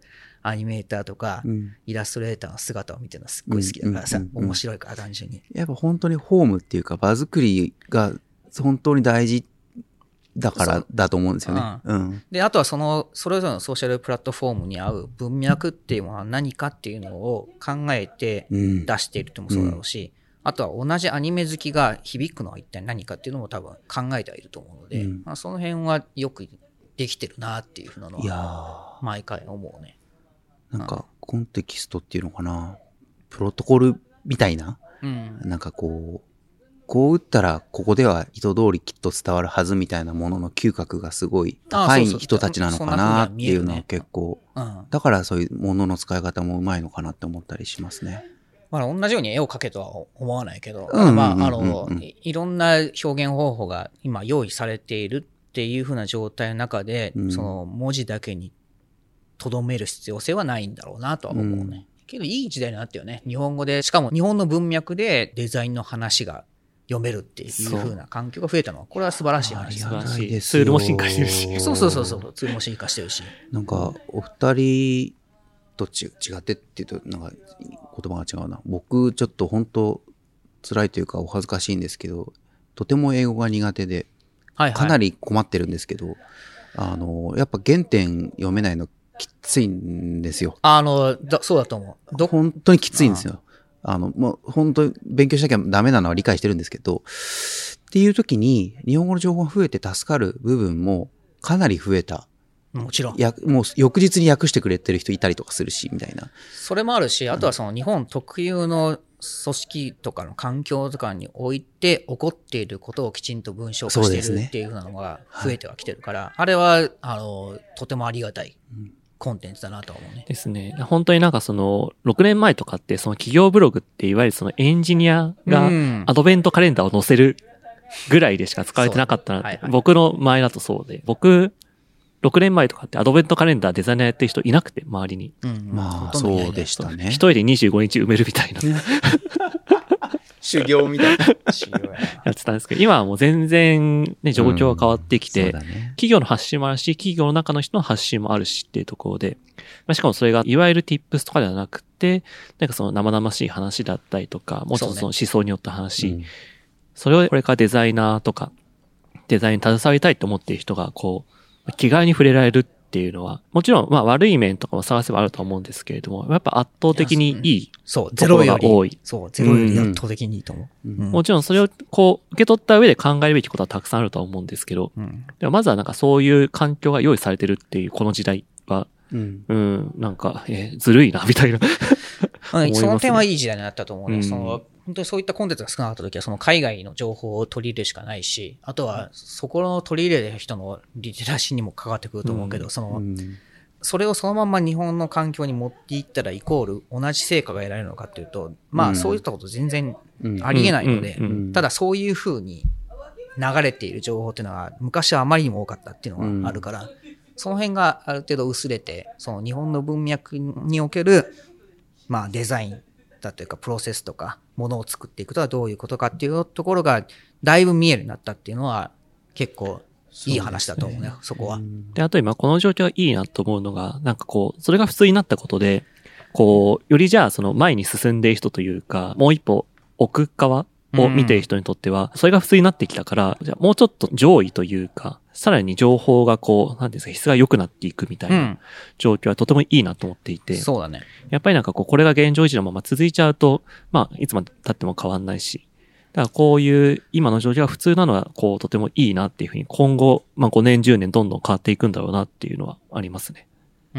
アニメーターとか、うん、イラストレーターの姿を見てるのすっごい好きだからさ、うんうんうんうん、面白いから単純に。 やっぱ本当にホームっていうか場作りが本当に大事だからだと思うんですよね。うんうん、 で、あとはその、それぞれのソーシャルプラットフォームに合う文脈っていうものは何かっていうのを考えて出しているってもそうだろうし、うんあとは同じアニメ好きが響くのは一体何かっていうのも多分考えてはいると思うので、うんまあ、その辺はよくできてるなっていうふうなのは毎回思うね。 なんかコンテキストっていうのかな、プロトコルみたいな、うん、なんかこうこう打ったらここでは意図通りきっと伝わるはずみたいなものの嗅覚がすごい高い人たちなのかなっていうのは結構、うん、だからそういうものの使い方もうまいのかなって思ったりしますね。 まあ、同じように絵を描けとは思わないけど、まあ、あの、いろんな表現方法が今用意されているっていう風な状態の中で、うん、その文字だけに留める必要性はないんだろうなとは思うね。うん、けどいい時代になったよね。日本語で、しかも日本の文脈でデザインの話が読めるっていう風な環境が増えたのは、これは素晴らしい話だ。 素晴らしい。ツールも進化してるし。 そうそうそうそう、ツールも進化してるし。 なんか、お二人、と違ってっていうとなんか言葉が違うな。僕ちょっと本当辛いというかお恥ずかしいんですけど、とても英語が苦手でかなり困ってるんですけど、はいはい、あのやっぱ原点読めないのきついんですよ。 あのだそうだと思う。 ど本当にきついんですよ。あのもう本当に勉強しなきゃダメなのは理解してるんですけど、っていう時に日本語の情報が増えて助かる部分もかなり増えた。 もちろん。 や、もう翌日に訳してくれてる人いたりとかするし、みたいな。 それもあるし、あとはその日本特有の組織とかの環境とかにおいて起こっていることをきちんと文章化しているっていうふうなのが増えてはきてるから、ねはい、あれは、あの、とてもありがたいコンテンツだなと思うね。 ですね。本当になんかその、ろくねんまえとかってその企業ブログっていわゆるそのエンジニアがアドベントカレンダーを載せるぐらいでしか使われてなかったなって、はいはい、僕の前だとそうで、僕、ろくねんまえとかってアドベントカレンダーデザイナーやってる人いなくて、周りに。 うん、まあ、そうでしたね。 一人でにじゅうごにち埋めるみたいな。 修行みたいな。 やってたんですけど、今はもう全然ね、状況が変わってきて、うんね、企業の発信もあるし、企業の中の人の発信もあるしっていうところで、まあ、しかもそれがいわゆる tips とかではなくて、なんかその生々しい話だったりとか、もうちょっとその思想によった話、そ,、ねうん、それをこれからデザイナーとか、デザインに携わりたいと思っている人が、こう、気軽に触れられるっていうのは、もちろんまあ悪い面とかも探せばあると思うんですけれども、やっぱ圧倒的にいいところが多い。 そう、ゼロより圧倒的にいいと思う。 うんうん、もちろんそれをこう受け取った上で考えるべきことはたくさんあるとは思うんですけど、うん、でもまずはなんかそういう環境が用意されてるっていうこの時代は、うん、うん、なんか、えー、ずるいなみたいな、 ね。その点はいい時代になったと思うね。うん、その本当にそういったコンテンツが少なかった時は、その海外の情報を取り入れるしかないし、あとはそこの取り入れる人のリテラシーにも関わってくると思うけど、うん、その、うん、それをそのまま日本の環境に持っていったらイコール同じ成果が得られるのかっていうと、まあそういったこと全然ありえないので、ただそういうふうに流れている情報っていうのは昔はあまりにも多かったっていうのがあるから、うん、その辺がある程度薄れて、その日本の文脈における、まあデザインだというかプロセスとかものを作っていくとはどういうことかっていうところがだいぶ見えるようになったっていうのは結構いい話だと思うね、そこは。 で、あと今この状況がいいなと思うのが、なんかこう、それが普通になったことで、こう、よりじゃあその前に進んでいる人というか、もう一歩奥側を見ている人にとっては、それが普通になってきたから、じゃあもうちょっと上位というか、さらに情報がこう、なんていうんですか、質が良くなっていくみたいな状況はとてもいいなと思っていて。 そうだね。 やっぱりなんかこう、これが現状維持のまま続いちゃうと、まあ、いつまで経っても変わんないし。だからこういう今の状況が普通なのは、こう、とてもいいなっていうふうに、今後、まあごねん、じゅうねんどんどん変わっていくんだろうなっていうのはありますね。 うん。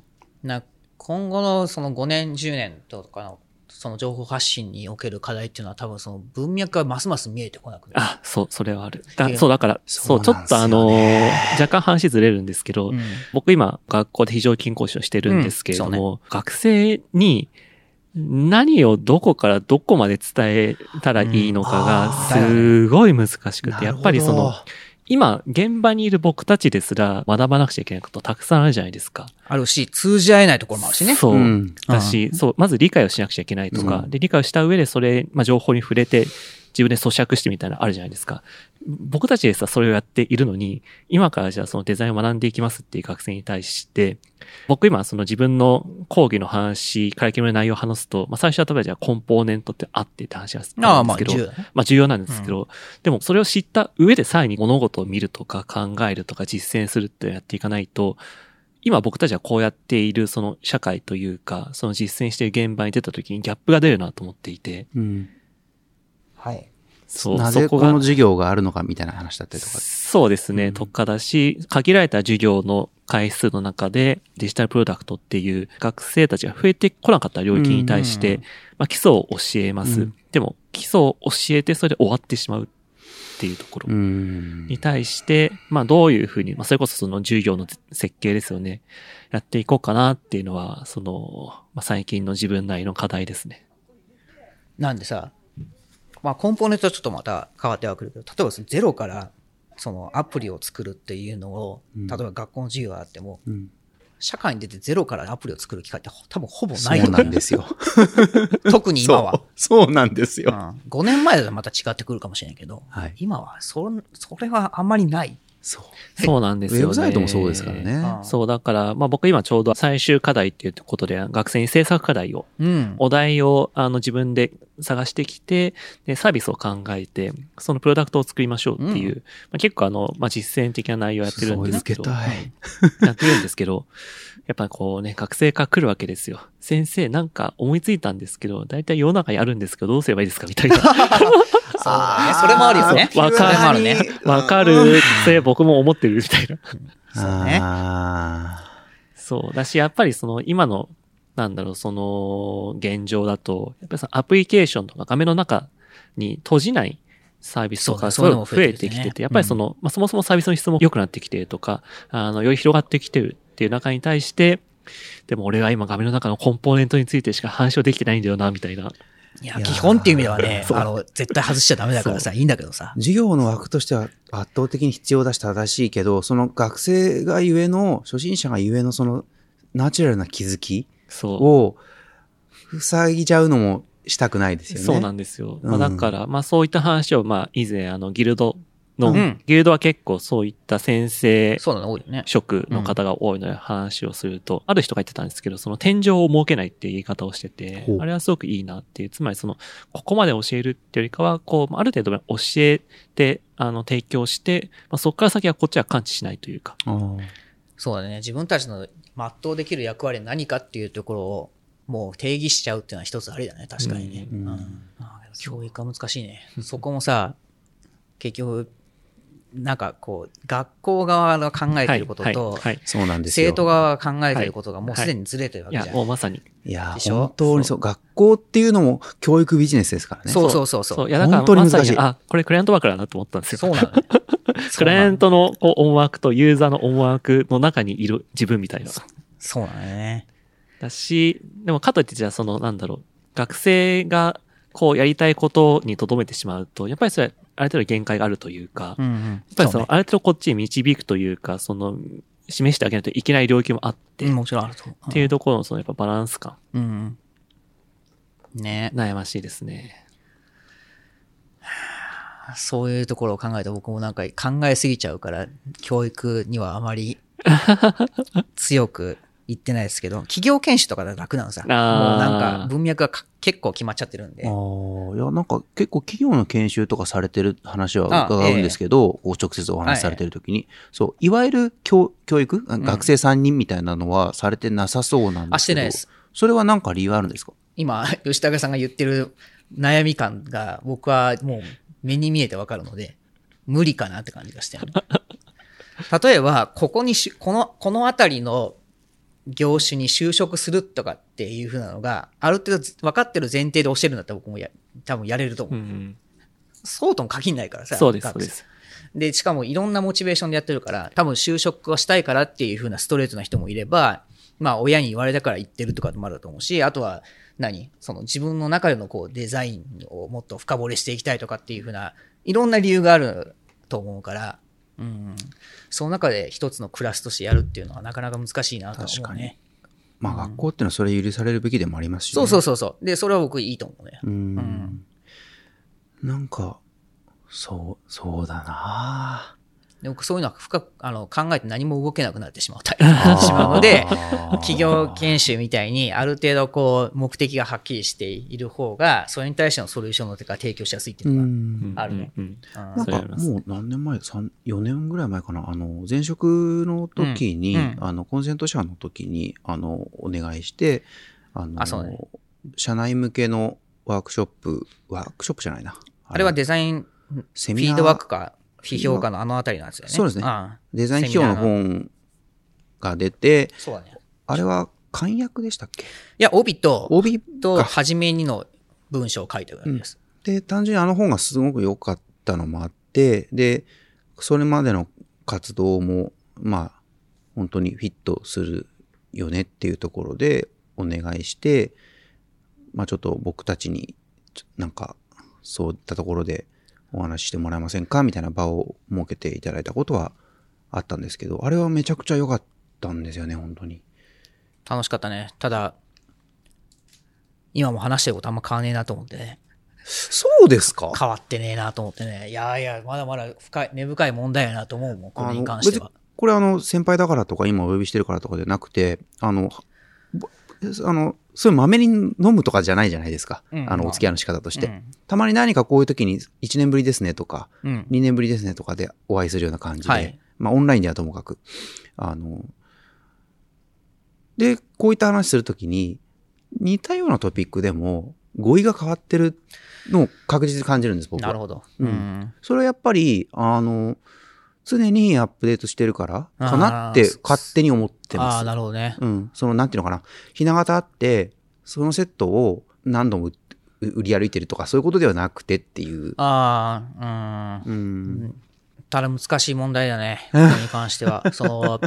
な、今後のそのごねん、じゅうねんとかの、その情報発信における課題っていうのは多分その文脈がますます見えてこなくなる。 あ、そう、それはある。だそう、だから、そう、ちょっとあのー、若干話ずれるんですけど、うん、僕今学校で非常勤講師をしてるんですけれども、うんね、学生に何をどこからどこまで伝えたらいいのかがすごい難しくて、うん、やっぱりその、今、現場にいる僕たちですら学ばなくちゃいけないことたくさんあるじゃないですか。 あるし、通じ合えないところもあるしね。 そう。うん、だし、うん、そう、まず理解をしなくちゃいけないとか、うん、で、理解をした上でそれ、まあ、情報に触れて、自分で咀嚼してみたいなのあるじゃないですか。 僕たちでさ、それをやっているのに、今からじゃあそのデザインを学んでいきますっていう学生に対して、僕今その自分の講義の話、カリキュラムの内容を話すと、まあ最初は例えばじゃあコンポーネントってあってって話がするんですけど、ああまあ重要、ね、まあ重要なんですけど、うん、でもそれを知った上でさらに物事を見るとか考えるとか実践するってやっていかないと、今僕たちはこうやっているその社会というか、その実践している現場に出た時にギャップが出るなと思っていて、うん、 はい。 そう。なぜこの授業があるのかみたいな話だったりとか。 そうですね。うん、特化だし、限られた授業の回数の中でデジタルプロダクトっていう学生たちが増えてこなかった領域に対して、まあ、基礎を教えます、うん。でも基礎を教えてそれで終わってしまうっていうところに対して、まあどういうふうに、まあそれこそその授業の設計ですよね。やっていこうかなっていうのは、その、まあ最近の自分なりの課題ですね。 なんでさ、まあコンポーネントはちょっとまた変わってはくるけど、例えばゼロからそのアプリを作るっていうのを、例えば学校の授業があっても、うん、社会に出てゼロからアプリを作る機会って多分ほぼない。 そうなんですよ。 特に今はそう。そうなんですよ、 うん。ごねんまえだとまた違ってくるかもしれないけど、はい、今はそ、それはあんまりない。 そう。そうなんですよね。 ウェブサイトもそうですからね。 そう、だから、まあ僕今ちょうど最終課題っていうことで学生に制作課題を、うん、お題をあの自分で探してきて、で、サービスを考えて、そのプロダクトを作りましょうっていう、うんまあ、結構あの、まあ実践的な内容をやってるんですけど、 そうやってるんですけど、やっぱこうね、学生から来るわけですよ。先生なんか思いついたんですけど、だいたい世の中にあるんですけど、どうすればいいですかみたいな。 そうだね。それもあるよね。 わかる。ね、わかるって僕も思ってるみたいな。 そうね。 そう。だし、やっぱりその今の、なんだろう、その現状だと、やっぱりそのアプリケーションとか画面の中に閉じないサービスとか、そういうのも増えてきてて、やっぱりその、まあそもそもサービスの質も良くなってきてとか、あの、より広がってきてるっていう中に対して、でも俺は今画面の中のコンポーネントについてしか話をできてないんだよな、みたいな。 いや、基本っていう意味ではね、あの、絶対外しちゃダメだからさ、いいんだけどさ。 授業の枠としては圧倒的に必要だし正しいけど、その学生がゆえの、初心者がゆえのそのナチュラルな気づきを塞ぎちゃうのもしたくないですよね。 そうなんですよ。うん、まあだから、まあそういった話を、まあ以前、あの、ギルドの、うん、ギルドは結構そういった先生職の方が多いので話をすると、ある人が言ってたんですけど、その天井を設けないっていう言い方をしてて、あれはすごくいいなっていう、つまりその、ここまで教えるっていうよりかは、こう、ある程度教えて、あの、提供して、まあ、そこから先はこっちは感知しないというか。 そうだね。自分たちの全うできる役割は何かっていうところを、もう定義しちゃうっていうのは一つありだね。確かにね。うんうん、教育は難しいね。そこもさ、結局、なんかこう、学校側が考えていることと、 そうなんですよ。 生徒側が考えていることがもうすでにずれてるわけじゃん。 いや、もうまさに。 いや、本当にそう。学校っていうのも教育ビジネスですからね。 そうそうそうそう。 いや、だからまさに、あ、これクライアントワークだなと思ったんですよ。 そうなの、ね。 クライアントのこう思惑とユーザーの思惑の中にいる自分みたいな。 そうだね。 だし、でもかといってじゃあその、なんだろう、学生がこうやりたいことに留めてしまうと、やっぱりそれ、ある程度限界があるというか、うんうん、やっぱりその、ある程度こっちに導くというか、その、示してあげないといけない領域もあって、 うん、もちろんあると。うん、 っていうところのそのやっぱバランス感。 うん。ね。 悩ましいですね。 そういうところを考えて僕もなんか考えすぎちゃうから、教育にはあまり強く言ってないですけど、企業研修とかだと楽なのさ。もうなんか文脈が結構決まっちゃってるんで。 ああ、いやなんか結構企業の研修とかされてる話は伺うんですけど、ええ、直接お話しされてるときに、はい、そう、いわゆる教教育、うん、学生さんにんみたいなのはされてなさそうなんですけど、 あ、してないです。 それはなんか理由あるんですか？ 今、吉高さんが言ってる悩み感が僕はもう目に見えてわかるので、無理かなって感じがしてる。例えば、ここにし、この、このあたりの業種に就職するとかっていう風なのが、ある程度分かってる前提で教えるんだったら僕もや、多分やれると思う。うん、そうとも限んないからさ。 そうです、そうです。 で、しかもいろんなモチベーションでやってるから、多分就職をしたいからっていう風なストレートな人もいれば、まあ親に言われたから言ってるとかもあると思うし、あとは何その自分の中でのこうデザインをもっと深掘りしていきたいとかっていう風な、いろんな理由があると思うから、うん、その中で一つのクラスとしてやるっていうのはなかなか難しいなと思うね。確かに。 まあ学校っていうのはそれ許されるべきでもありますしね。 そうそうそうそう。で、それは僕いいと思うね。 うん。うん、なんか、 そう、そうだな。 で僕そういうのは深くあの考えて何も動けなくなってしまうタイプになってしまうので、企業研修みたいにある程度こう目的がはっきりしている方が、それに対してのソリューションの手が提供しやすいっていうのがあるね。 うんうんうん、なんかもう何年前、さん、よねんぐらい前かな、あの前職の時に、うんうん、あのコンセント社の時にあのお願いして、あのあそうね、 社内向けのワークショップ、ワークショップじゃないな。 あれはデザインセミナーフィードバックか。批評家のあのあたりなんですよね。 そうですね。ああデザイン批評の本が出て、 そうだね。 あれは簡約でしたっけ？ いや、帯と、 帯と、初めにの文章を書いてるわけです、 うん。で、単純にあの本がすごく良かったのもあって、で、それまでの活動も、まあ、本当にフィットするよねっていうところでお願いして、まあちょっと僕たちに、なんか、そういったところで、お話ししてもらえませんかみたいな場を設けていただいたことはあったんですけど、あれはめちゃくちゃ良かったんですよね、本当に。 楽しかったね。ただ、今も話してることあんま変わんねえなと思ってね。 そうですか？ 変わってねえなと思ってね。いやいや、まだまだ深い、根深い問題やなと思うもん、これに関しては。 これあの、先輩だからとか今お呼びしてるからとかじゃなくて、あの、あの、そういうまめに飲むとかじゃないじゃないですか。うん、あの、お付き合いの仕方として、うん。たまに何かこういう時にいちねんぶりですねとか、うん、にねんぶりですねとかでお会いするような感じで、はい、まあオンラインではともかく。あの、で、こういった話するときに、似たようなトピックでも語彙が変わってるのを確実に感じるんです、僕は。 なるほど。 うん。それはやっぱり、あの、常にアップデートしてるからかなって勝手に思ってます。 ああ、なるほどね。 うん。その、なんていうのかな。ひな形あって、そのセットを何度も売り歩いてるとか、そういうことではなくてっていう。 ああ、うん。うん。ただ難しい問題だね。これに関しては。その、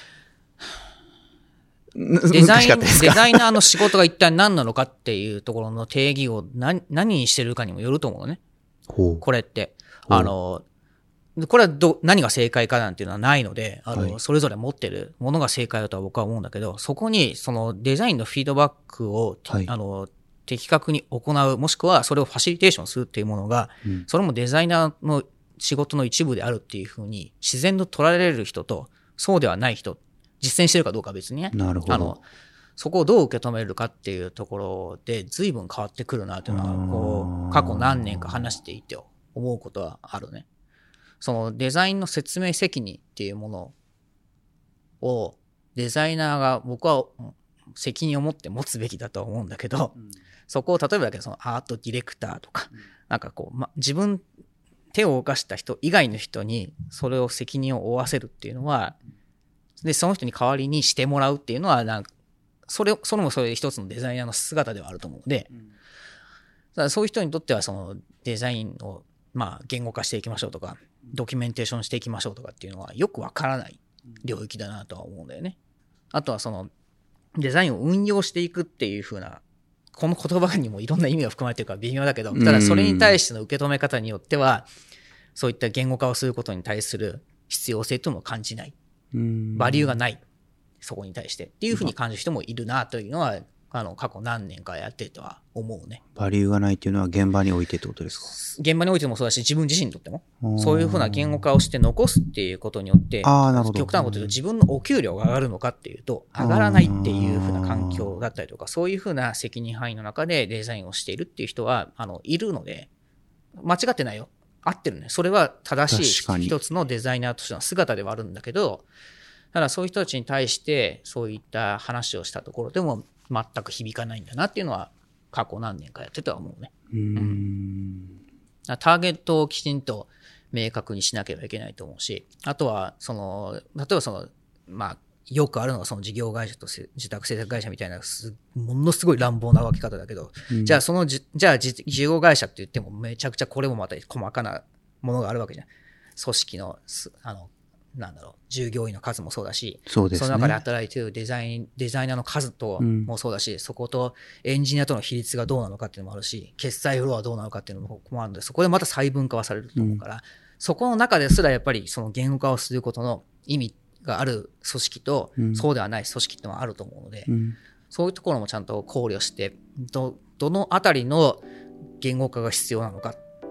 デザイン、デザイナーの仕事が一体何なのかっていうところの定義を何、何にしてるかにもよると思うのね。 ほう。 これって。あの、これはど、何が正解かなんていうのはないので、あの、はい、それぞれ持ってるものが正解だとは僕は思うんだけど、そこに、そのデザインのフィードバックを、はい、あの、的確に行う、もしくはそれをファシリテーションするっていうものが、うん、それもデザイナーの仕事の一部であるっていうふうに、自然と取られる人と、そうではない人、実践してるかどうかは別にね。 なるほど。 あの、そこをどう受け止めるかっていうところで、随分変わってくるなっていうのは、こう、過去何年か話していて思うことはあるね。そのデザインの説明責任っていうものをデザイナーが僕は責任を持って持つべきだと思うんだけど、うん、そこを例えばだけどそのアートディレクターとか、うん、なんかこう、ま、自分手を動かした人以外の人にそれを責任を負わせるっていうのは、でその人に代わりにしてもらうっていうのはなんかそれそれもそれで一つのデザイナーの姿ではあると思うので、うん、だからそういう人にとってはそのデザインをまあ言語化していきましょうとか。ドキュメンテーションしていきましょうとかっていうのはよくわからない領域だなとは思うんだよね。あとはそのデザインを運用していくっていう風なこの言葉にもいろんな意味が含まれてるから微妙だけど、ただそれに対しての受け止め方によってはそういった言語化をすることに対する必要性というのを感じない、バリューがないそこに対してっていう風に感じる人もいるなというのはあの過去何年かやってるとは思うね。 バリューがないっていうのは現場においてってことですか？ 現場においてもそうだし自分自身にとってもそういうふうな言語化をして残すっていうことによってあなるほど極端なこと言うと自分のお給料が上がるのかっていうと上がらないっていうふうな環境だったりとかそういうふうな責任範囲の中でデザインをしているっていう人はあのいるので間違ってないよ。合ってるね。それは正しい一つのデザイナーとしての姿ではあるんだけどただそういう人たちに対してそういった話をしたところでも全く響かないんだなっていうのは過去何年かやってては思うね。 うーん、 ターゲットをきちんと明確にしなければいけないと思うし、あとはその例えばそのまあよくあるのはその事業会社と自宅制作会社みたいなものすごい乱暴な分け方だけど、うん、じゃあそのじじゃあ事業会社って言ってもめちゃくちゃこれもまた細かなものがあるわけじゃん。組織のあのなんだろう従業員の数もそうだし、 そうですね、 その中で働いているデザインデザイナーの数ともそうだし、うん、そことエンジニアとの比率がどうなのかっていうのもあるし、決済フロアはどうなのかっていうのもあるので、そこでまた細分化はされると思うから、うん、そこの中ですらやっぱりその言語化をすることの意味がある組織と、うん、そうではない組織ってのはあると思うので、うん、そういうところもちゃんと考慮してどどのあたりの言語化が必要なのかっ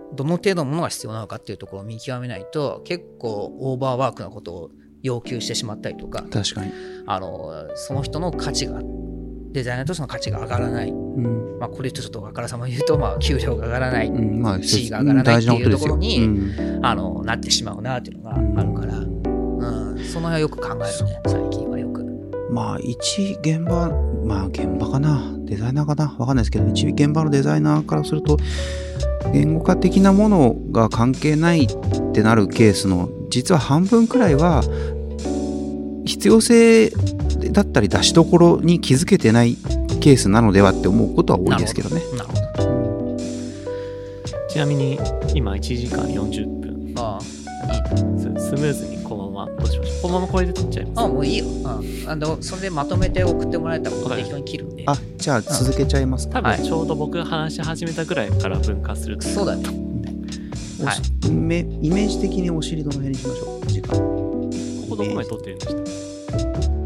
どの程度のものが必要なのかっていうところを見極めないと結構オーバーワークなことを要求してしまったりとか、 確かにあのその人の価値がデザイナーとしての価値が上がらない、うんまあ、これちょっとあからさまに言うと、まあ、給料が上がらない、うんまあ、地位が上がらないっていうところに、うん、あのなってしまうなっていうのがあるから、うんうん、その辺はよく考えるね最近はよく。 まあ一現場まあ現場かなデザイナーかなわかんないですけど、一現場のデザイナーからすると言語化的なものが関係ないってなるケースの実は半分くらいは必要性だったり出しどころに気づけてないケースなのではって思うことは多いですけどね。なるほど。 ちなみに今いちじかんよんじゅっぷん。ああスムーズにこのままどうしましょう。このままこれで撮っちゃいます。 あもういいよ。ああのそれでまとめて送ってもらえたら適当に切るんで。 あじゃあ続けちゃいますか。 多分ちょうど僕が話し始めたぐらいから分割すると。 そうだと。 はい、イメージ的にお尻どの辺にしましょう時間。 ここどこまで撮ってるんでしたっけ？